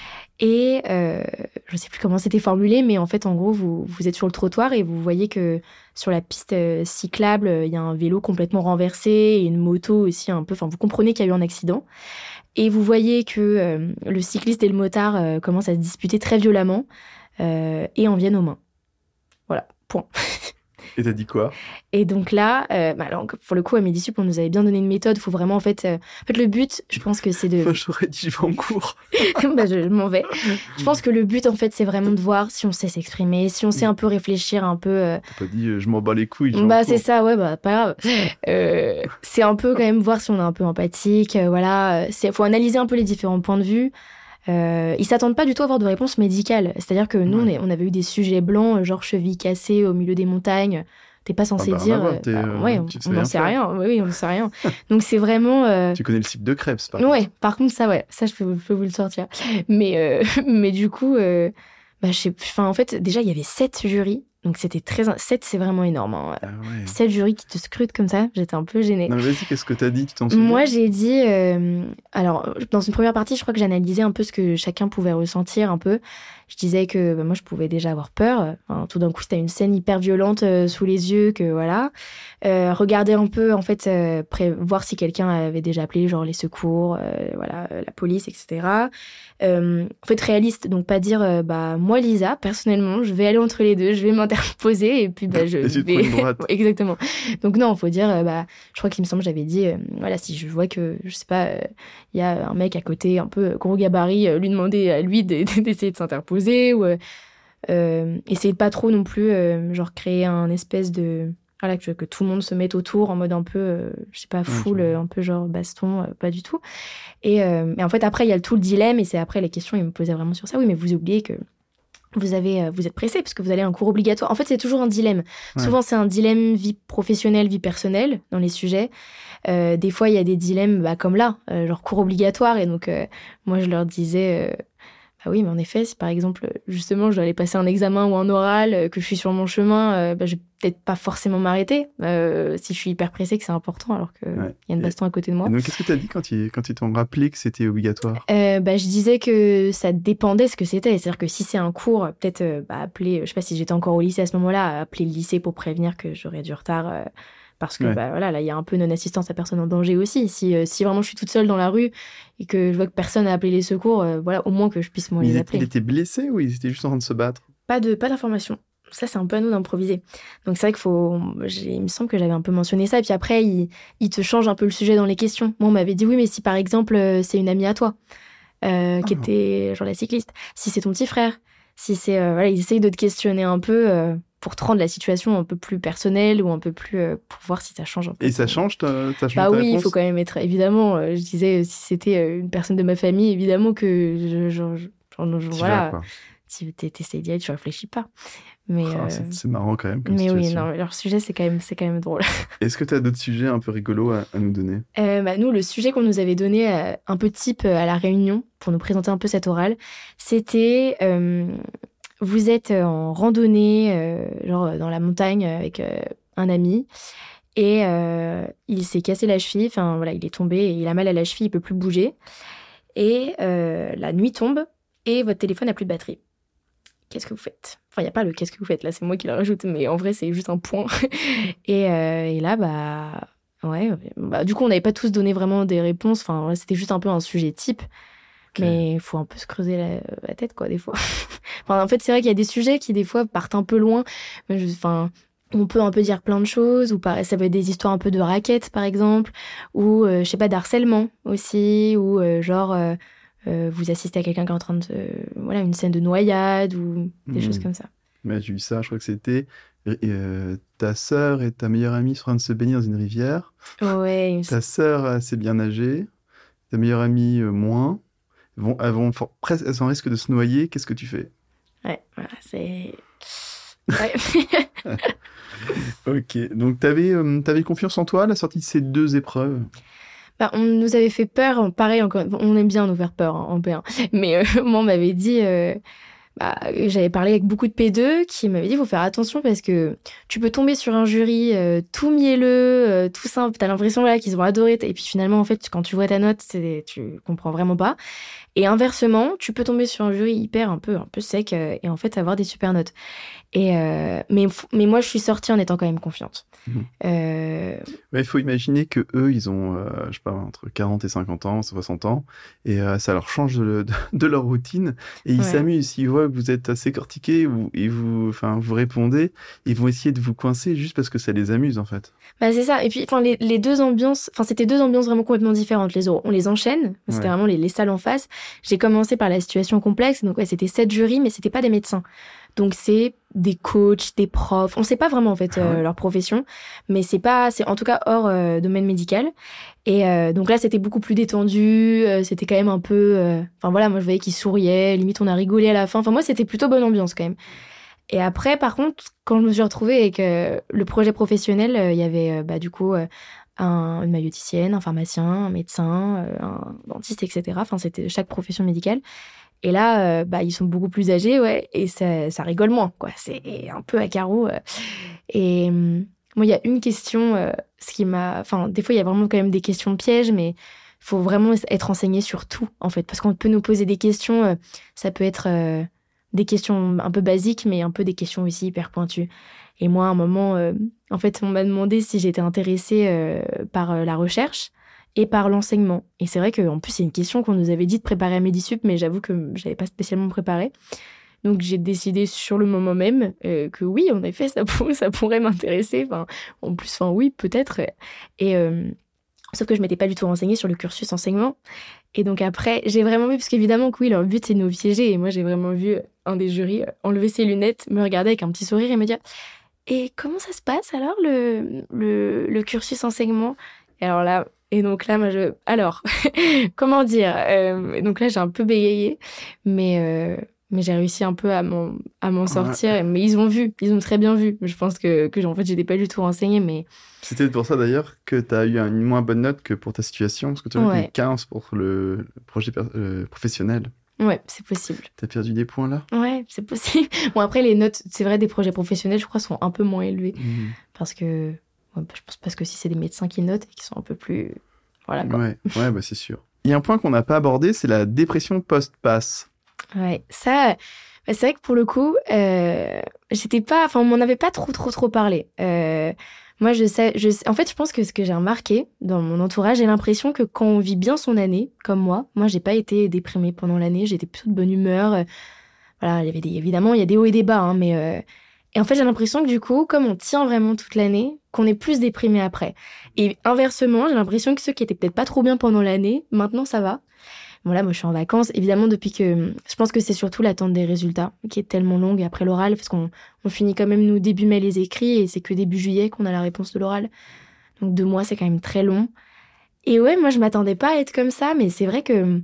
Et euh, je ne sais plus comment c'était formulé, mais en fait, en gros, vous, vous êtes sur le trottoir et vous voyez que sur la piste euh, cyclable, il y a un vélo complètement renversé et une moto aussi un peu... Enfin, vous comprenez qu'il y a eu un accident. Et vous voyez que euh, le cycliste et le motard euh, commencent à se disputer très violemment euh, et en viennent aux mains. Voilà, point. Et t'as dit quoi ? Et donc là, euh, bah alors, pour le coup, à Medisup, on nous avait bien donné une méthode. Il faut vraiment, en fait... Euh, en fait, le but, je pense que c'est de... Moi, j'aurais dit, je vais en cours. bah, je m'en vais. Je pense que le but, en fait, c'est vraiment de voir si on sait s'exprimer, si on sait un peu réfléchir, un peu... Euh... T'as pas dit, euh, je m'en bats les couilles, je vais Bah, en c'est ça, ouais, bah, pas grave. Euh, c'est un peu, quand même, voir si on est un peu empathique. Euh, voilà. Il faut analyser un peu les différents points de vue. Euh, ils s'attendent pas du tout à avoir de réponse médicale. C'est-à-dire que nous, ouais. on, est, on avait eu des sujets blancs, genre cheville cassée au milieu des montagnes. T'es pas censé ah bah, dire... Voir, euh, bah, ouais, on, on n'en sait faire. rien. Oui, on n'en sait rien. Donc, c'est vraiment... Euh... Tu connais le type de crêpes, par ouais, contre. par contre, ça, ouais. Ça, je peux, je peux vous le sortir. Mais, euh, mais du coup, euh, bah, je sais... Enfin, en fait, déjà, il y avait sept jurys. Donc, c'était très... sept, c'est vraiment énorme. Hein. Ah ouais. sept jurys qui te scrutent comme ça. J'étais un peu gênée. Non, mais vas-y, qu'est-ce que t'as dit ? Tu t'en souviens ? Moi, j'ai dit... Euh... Alors, dans une première partie, je crois que j'analysais un peu ce que chacun pouvait ressentir, un peu. Je disais que bah, moi, je pouvais déjà avoir peur. Enfin, tout d'un coup, c'était une scène hyper violente euh, sous les yeux, que voilà. Euh, regarder un peu, en fait, euh, pré- voir si quelqu'un avait déjà appelé, genre les secours, euh, voilà, euh, la police, et cetera. Euh, en fait, réaliste, donc pas dire, euh, bah moi, Lisa, personnellement, je vais aller entre les deux, je vais m'interposer et puis bah je et vais. Une droite. Exactement. Donc non, faut dire, euh, bah, je crois qu'il me semble, j'avais dit, euh, voilà, si je vois que, je sais pas, il euh, y a un mec à côté, un peu gros gabarit, euh, lui demander à lui d'essayer de s'interposer ou euh, euh, essayer de pas trop non plus, euh, genre créer un espèce de voilà, que, que tout le monde se mette autour en mode un peu, euh, je sais pas, full, ouais, un peu genre baston, euh, pas du tout. Et, euh, et en fait, après, il y a tout le dilemme, et c'est après les questions, ils me posaient vraiment sur ça. Oui, mais vous oubliez que vous, avez, euh, vous êtes pressé, parce que vous allez à un cours obligatoire. En fait, c'est toujours un dilemme. Ouais. Souvent, c'est un dilemme vie professionnelle, vie personnelle, dans les sujets. Euh, des fois, il y a des dilemmes bah, comme là, euh, genre cours obligatoire, et donc, euh, moi, je leur disais... Euh, Ah oui, mais en effet, si par exemple, justement, je dois aller passer un examen ou un oral, euh, que je suis sur mon chemin, euh, bah, je vais peut-être pas forcément m'arrêter euh, si je suis hyper pressée, que c'est important, alors qu'il ouais. y a une baston à côté de moi. Et donc, qu'est-ce que tu as dit quand ils, quand ils t'ont rappelé que c'était obligatoire ? euh, bah, Je disais que ça dépendait ce que c'était. C'est-à-dire que si c'est un cours, peut-être euh, bah, appeler, je sais pas si j'étais encore au lycée à ce moment-là, appeler le lycée pour prévenir que j'aurais du retard... Euh, Parce que ouais. bah, voilà, là, il y a un peu non-assistance à personne en danger aussi. Si, euh, si vraiment je suis toute seule dans la rue et que je vois que personne n'a appelé les secours, euh, voilà, au moins que je puisse moi mais les il appeler. Il était blessé ou ils étaient juste en train de se battre ? Pas de, pas d'information. Ça, c'est un peu à nous d'improviser. Donc, c'est vrai qu'il faut... J'ai, il me semble que j'avais un peu mentionné ça. Et puis après, il, il te change un peu le sujet dans les questions. Moi, on m'avait dit, oui, mais si par exemple, c'est une amie à toi, euh, qui oh. était genre la cycliste, si c'est ton petit frère, si c'est... Euh, voilà, ils essayent de te questionner un peu... Euh, pour te rendre la situation un peu plus personnelle ou un peu plus... Euh, pour voir si ça change un peu. Et ça change ta, ça change Bah ta oui, réponse ? il faut quand même être... Évidemment, euh, je disais, si c'était euh, une personne de ma famille, évidemment que... Je, je, je, genre, je, voilà, tu t'essayes d'y aller, tu réfléchis pas. Mais, Oh, euh, c'est, c'est marrant quand même comme mais situation. oui, non, leur sujet, c'est quand même, c'est quand même drôle. Est-ce que tu as d'autres sujets un peu rigolos à, à nous donner? Euh, bah, nous, le sujet qu'on nous avait donné, euh, un peu type euh, à la réunion, pour nous présenter un peu cette orale, c'était euh, vous êtes en randonnée, euh, genre dans la montagne avec euh, un ami, et euh, il s'est cassé la cheville, enfin voilà, il est tombé et il a mal à la cheville, il peut plus bouger. Et euh, la nuit tombe et votre téléphone n'a plus de batterie. Qu'est-ce que vous faites? Enfin, il n'y a pas le qu'est-ce que vous faites, là, c'est moi qui le rajoute, mais en vrai, c'est juste un point. et, euh, et là, bah, ouais, bah, du coup, on n'avait pas tous donné vraiment des réponses. Enfin, ouais, c'était juste un peu un sujet type. Ok. Mais il faut un peu se creuser la, la tête, quoi, des fois. Enfin, en fait, c'est vrai qu'il y a des sujets qui, des fois, partent un peu loin. Mais je- Enfin, on peut un peu dire plein de choses, ou par- ça peut être des histoires un peu de raquettes, par exemple, ou, euh, je sais pas, d'harcèlement aussi, ou euh, genre, euh, euh, vous assistez à quelqu'un qui est en train de... euh, voilà, une scène de noyade, ou des Hmm. choses comme ça. Mais j'ai vu ça, je crois que c'était euh, ta sœur et ta meilleure amie sont en train de se baigner dans une rivière. Ouais, il me Ta sœur euh, sait bien nager, ta meilleure amie euh, moins. Vont, elles, vont for- presque, elles sont en risque de se noyer. Qu'est-ce que tu fais? Ouais, voilà, c'est... Ouais. Ok, donc t'avais euh, t'avais confiance en toi à la sortie de ces deux épreuves? Bah, on nous avait fait peur, pareil, encore, on aime bien nous faire peur hein, en P un, mais euh, moi on m'avait dit, euh, bah, j'avais parlé avec beaucoup de P deux qui m'avaient dit il faut faire attention parce que tu peux tomber sur un jury euh, tout mielleux, euh, tout simple, t'as l'impression là qu'ils ont adoré, et puis finalement en fait quand tu vois ta note, c'est, tu comprends vraiment pas. Et inversement, tu peux tomber sur un jury hyper un peu un peu sec euh, et en fait avoir des super notes. Et euh, mais mais moi je suis sortie en étant quand même confiante. Mmh. Euh, Ouais, il faut imaginer que eux, ils ont, euh, je sais pas, entre quarante et cinquante ans, soixante ans, et euh, ça leur change de, de, de leur routine, et ils Ouais. s'amusent. S'ils voient que vous êtes assez cortiqué, ou, et vous, enfin, vous répondez, ils vont essayer de vous coincer juste parce que ça les amuse, en fait. Bah c'est ça. Et puis, enfin, les, les deux ambiances, enfin, c'était deux ambiances vraiment complètement différentes. Les oraux, on les enchaîne. C'était Ouais. vraiment les, les salles en face. J'ai commencé par la situation complexe. Donc, ouais, c'était sept jurys, mais c'était pas des médecins. Donc, c'est des coachs, des profs. On sait pas vraiment, en fait, Ah ouais. euh, leur profession. Mais c'est pas, c'est en tout cas hors euh, domaine médical. Et euh, donc là, c'était beaucoup plus détendu. euh, c'était quand même un peu, euh, enfin, voilà, moi, je voyais qu'ils souriaient. Limite, on a rigolé à la fin. Enfin, moi, c'était plutôt bonne ambiance, quand même. Et après, par contre, quand je me suis retrouvée avec euh, le projet professionnel, euh, il y avait euh, bah, du coup euh, un, une maïoticienne, un pharmacien, un médecin, euh, un dentiste, et cetera. Enfin, c'était chaque profession médicale. Et là, euh, bah, ils sont beaucoup plus âgés, ouais, et ça, ça rigole moins, quoi. C'est un peu à carreau. Euh. Et hum, moi, il y a une question, euh, ce qui m'a... Enfin, des fois, il y a vraiment quand même des questions pièges, mais il faut vraiment être renseigné sur tout, en fait. Parce qu'on peut nous poser des questions, euh, ça peut être... Euh, des questions un peu basiques, mais un peu des questions aussi hyper pointues. Et moi, à un moment, euh, en fait, on m'a demandé si j'étais intéressée euh, par euh, la recherche et par l'enseignement. Et c'est vrai qu'en plus, c'est une question qu'on nous avait dit de préparer à Medisup, mais j'avoue que je n'avais pas spécialement préparé. Donc, j'ai décidé sur le moment même euh, que oui, en effet, ça, pour, ça pourrait m'intéresser. Enfin, en plus, enfin, oui, peut-être. Et... Euh, Sauf que je m'étais pas du tout renseignée sur le cursus enseignement. Et donc après, j'ai vraiment vu, parce qu'évidemment que oui, leur but c'est de nous piéger. Et moi, j'ai vraiment vu un des jurys enlever ses lunettes, me regarder avec un petit sourire et me dire « Et comment ça se passe alors, le, le, le cursus enseignement ?» Et alors là, et donc là, moi, je... Alors, comment dire euh, Donc là, j'ai un peu bégayé, mais... Euh... Mais j'ai réussi un peu à m'en, à m'en sortir. Ouais. Mais ils ont vu, ils ont très bien vu. Je pense que, que en fait, j'étais pas du tout renseignée, mais... C'était pour ça d'ailleurs que tu as eu une moins bonne note que pour ta situation, parce que tu as Ouais. eu quinze pour le, le projet per- euh, professionnel. Ouais, c'est possible. Tu as perdu des points là? Ouais, c'est possible. Bon, après, les notes, c'est vrai, des projets professionnels, je crois, sont un peu moins élevées. Mmh. Parce que... Ouais, je pense parce que si c'est des médecins qui notent et qui sont un peu plus... Voilà, quoi. Ouais, ouais bah, c'est sûr. Il y a un point qu'on n'a pas abordé, c'est la dépression post-pass. Ouais, ça... Bah, c'est vrai que pour le coup, euh, j'étais pas... Enfin, on m'en avait pas trop, trop, trop parlé. Euh... Moi, je sais, je sais... En fait, je pense que ce que j'ai remarqué dans mon entourage, j'ai l'impression que quand on vit bien son année, comme moi, moi, j'ai pas été déprimée pendant l'année, j'étais plutôt de bonne humeur. Euh, voilà, il y avait des... évidemment, il y a des hauts et des bas, hein, mais... Euh... Et en fait, j'ai l'impression que du coup, comme on tient vraiment toute l'année, qu'on est plus déprimé après. Et inversement, j'ai l'impression que ceux qui étaient peut-être pas trop bien pendant l'année, maintenant, ça va. Bon, là, moi, je suis en vacances. Évidemment, depuis que... Je pense que c'est surtout l'attente des résultats, qui est tellement longue après l'oral, parce qu'on on finit quand même, nous, début mai, les écrits, et c'est que début juillet qu'on a la réponse de l'oral. Donc, deux mois, c'est quand même très long. Et ouais, moi, je m'attendais pas à être comme ça, mais c'est vrai que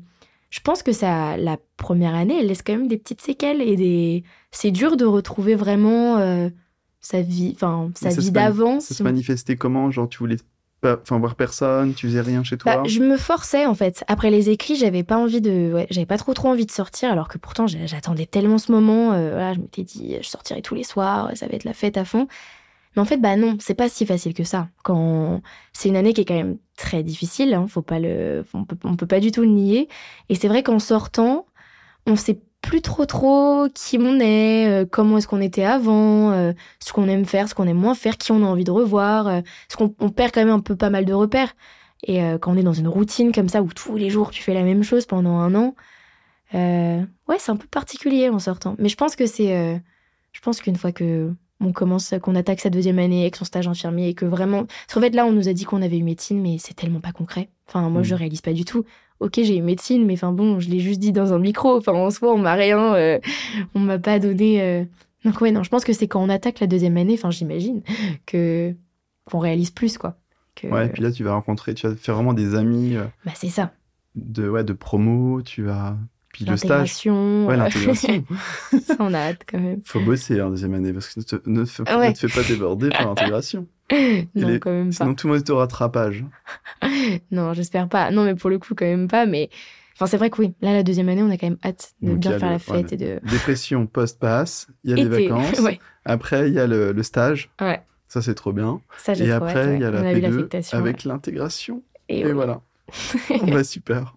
je pense que ça, la première année, elle laisse quand même des petites séquelles et des... c'est dur de retrouver vraiment euh, sa vie, enfin sa vie d'avant. Ça se manifestait comment? Genre, tu voulais pas, enfin, voir personne, tu faisais rien chez toi? Bah, je me forçais en fait. Après les écrits, j'avais pas envie de, ouais, j'avais pas trop trop envie de sortir, alors que pourtant j'attendais tellement ce moment. Euh, voilà, je m'étais dit, je sortirai tous les soirs, ça va être la fête à fond. Mais en fait, bah non, c'est pas si facile que ça. Quand c'est une année qui est quand même très difficile, hein, faut pas le, on peut, on peut pas du tout le nier. Et c'est vrai qu'en sortant, on sait plus trop trop qui on est, euh, comment est-ce qu'on était avant, euh, ce qu'on aime faire, ce qu'on aime moins faire, qui on a envie de revoir. Euh, parce qu'on on perd quand même un peu pas mal de repères. Et euh, quand on est dans une routine comme ça où tous les jours tu fais la même chose pendant un an, euh, ouais, c'est un peu particulier en sortant. Mais je pense que c'est, euh, je pense qu'une fois que on commence, qu'on attaque sa deuxième année avec son stage infirmier et que vraiment... Parce qu'en fait, là, on nous a dit qu'on avait eu médecine, mais c'est tellement pas concret. Enfin, moi, mmh. je réalise pas du tout. Ok, j'ai eu médecine, mais enfin bon, je l'ai juste dit dans un micro. Enfin, en soi, on m'a rien... Euh, on m'a pas donné... Euh... Donc ouais, non, je pense que c'est quand on attaque la deuxième année, enfin, j'imagine, que qu'on réalise plus, quoi. Que... Ouais, et puis là, tu vas rencontrer... Tu vas faire vraiment des amis... Euh, bah, c'est ça. De, ouais, de promo, tu vas... Puis le stage. L'intégration. Ouais, l'intégration. Ça, on a hâte quand même. Faut bosser en hein, deuxième année parce que ne te, ne, te, ouais. ne te fais pas déborder par l'intégration. Non, les... quand même pas. Sinon, tout le monde est au rattrapage. Non, j'espère pas. Non, mais pour le coup, quand même pas. Mais enfin, c'est vrai que oui. Là, la deuxième année, on a quand même hâte de Donc, bien faire le... la fête. Ouais, et de... Dépression post-pass, il y a les vacances. Ouais. Après, il y a le, le stage. Ouais. Ça, c'est trop bien. Ça, j'ai et trop après, il ouais. y a la on P deux a eu avec ouais. l'intégration. Et, et oui. voilà. Bah, super.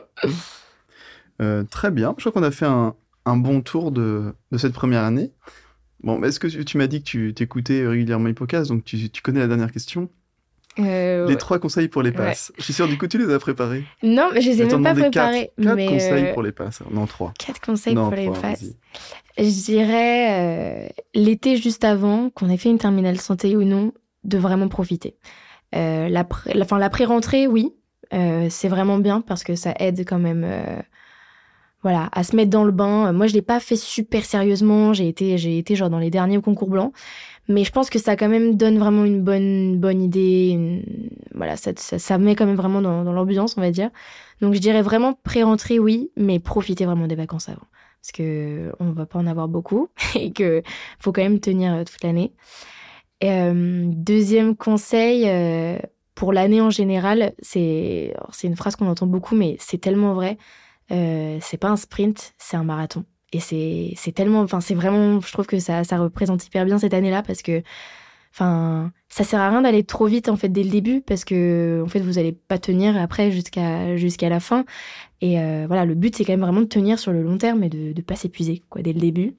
Euh, très bien. Je crois qu'on a fait un, un bon tour de, de cette première année. Bon, est-ce que tu, tu m'as dit que tu t'écoutais régulièrement Hippocast, donc tu, tu connais la dernière question. Euh, les ouais. trois conseils pour les passes. Ouais. Je suis sûr, du coup, tu les as préparés. Non, mais je les ai même pas préparés. Quatre, quatre mais conseils euh... pour les passes. Non, trois. Quatre conseils non, pour trois, les passes. Vas-y. Je dirais euh, l'été juste avant, qu'on ait fait une terminale santé ou non, de vraiment profiter. Euh, la, la, enfin, la pré-rentrée, oui. Euh, c'est vraiment bien parce que ça aide quand même... Euh, Voilà, à se mettre dans le bain. Moi, je l'ai pas fait super sérieusement. J'ai été, j'ai été genre dans les derniers concours blancs. Mais je pense que ça quand même donne vraiment une bonne, une bonne idée. Une... Voilà, ça, ça, ça met quand même vraiment dans, dans l'ambiance, on va dire. Donc, je dirais vraiment pré-rentrée, oui, mais profiter vraiment des vacances avant. Parce que on va pas en avoir beaucoup et que faut quand même tenir toute l'année. Et, euh, deuxième conseil, euh, pour l'année en général, c'est, alors, c'est une phrase qu'on entend beaucoup, mais c'est tellement vrai. Euh, c'est pas un sprint, c'est un marathon. Et c'est, c'est tellement, enfin, c'est vraiment, je trouve que ça, ça représente hyper bien cette année-là parce que, enfin, ça sert à rien d'aller trop vite, en fait, dès le début parce que, en fait, vous allez pas tenir après jusqu'à, jusqu'à la fin. Et euh, voilà, le but, c'est quand même vraiment de tenir sur le long terme et de, de pas s'épuiser, quoi, dès le début.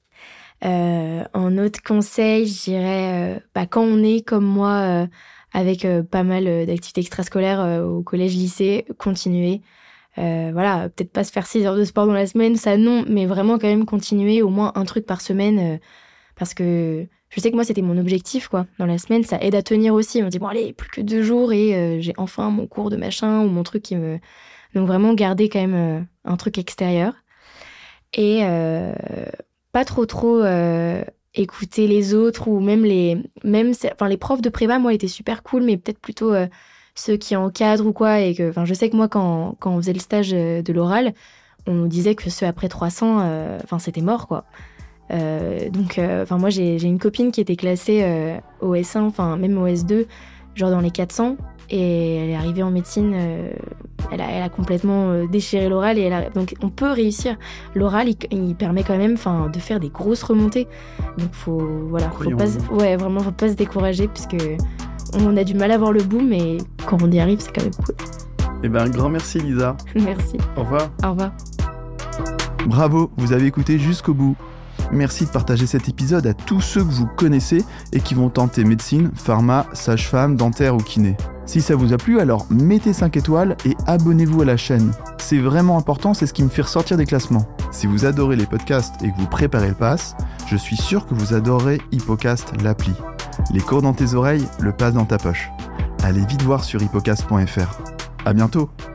Euh, en autre conseil, je dirais, euh, bah, quand on est comme moi, euh, avec euh, pas mal d'activités extrascolaires euh, au collège-lycée, continuer. Euh, voilà, peut-être pas se faire six heures de sport dans la semaine, ça non, mais vraiment quand même continuer au moins un truc par semaine, euh, parce que je sais que moi c'était mon objectif, quoi. Dans la semaine, ça aide à tenir aussi. On dit bon allez, plus que deux jours et euh, j'ai enfin mon cours de machin ou mon truc qui me... Donc vraiment garder quand même euh, un truc extérieur. Et euh, pas trop trop euh, écouter les autres ou même les... Même, enfin, les profs de prépa, moi, étaient super cool, mais peut-être plutôt... Euh, ceux qui encadrent ou quoi, et que, enfin, je sais que moi, quand, quand on faisait le stage de l'oral, on nous disait que ceux après trois cents, enfin, euh, c'était mort, quoi. Euh, donc, enfin, euh, moi, j'ai, j'ai une copine qui était classée euh, au S un, enfin, même au S deux, genre dans les quatre cents, et elle est arrivée en médecine, euh, elle, a, elle a complètement euh, déchiré l'oral, et elle a, donc, on peut réussir. L'oral, il, il permet quand même, enfin, de faire des grosses remontées. Donc, faut, voilà, faut pas, ouais, vraiment, faut pas se décourager, puisque on a du mal à voir le bout, mais quand on y arrive, c'est quand même cool. Eh ben, un grand merci, Lisa. Merci. Au revoir. Au revoir. Bravo, vous avez écouté jusqu'au bout. Merci de partager cet épisode à tous ceux que vous connaissez et qui vont tenter médecine, pharma, sage-femme, dentaire ou kiné. Si ça vous a plu, alors mettez cinq étoiles et abonnez-vous à la chaîne. C'est vraiment important, c'est ce qui me fait ressortir des classements. Si vous adorez les podcasts et que vous préparez le pass, je suis sûr que vous adorez Hippocast, l'appli. Les cours dans tes oreilles, le pass dans ta poche. Allez vite voir sur hippocast point f r. À bientôt!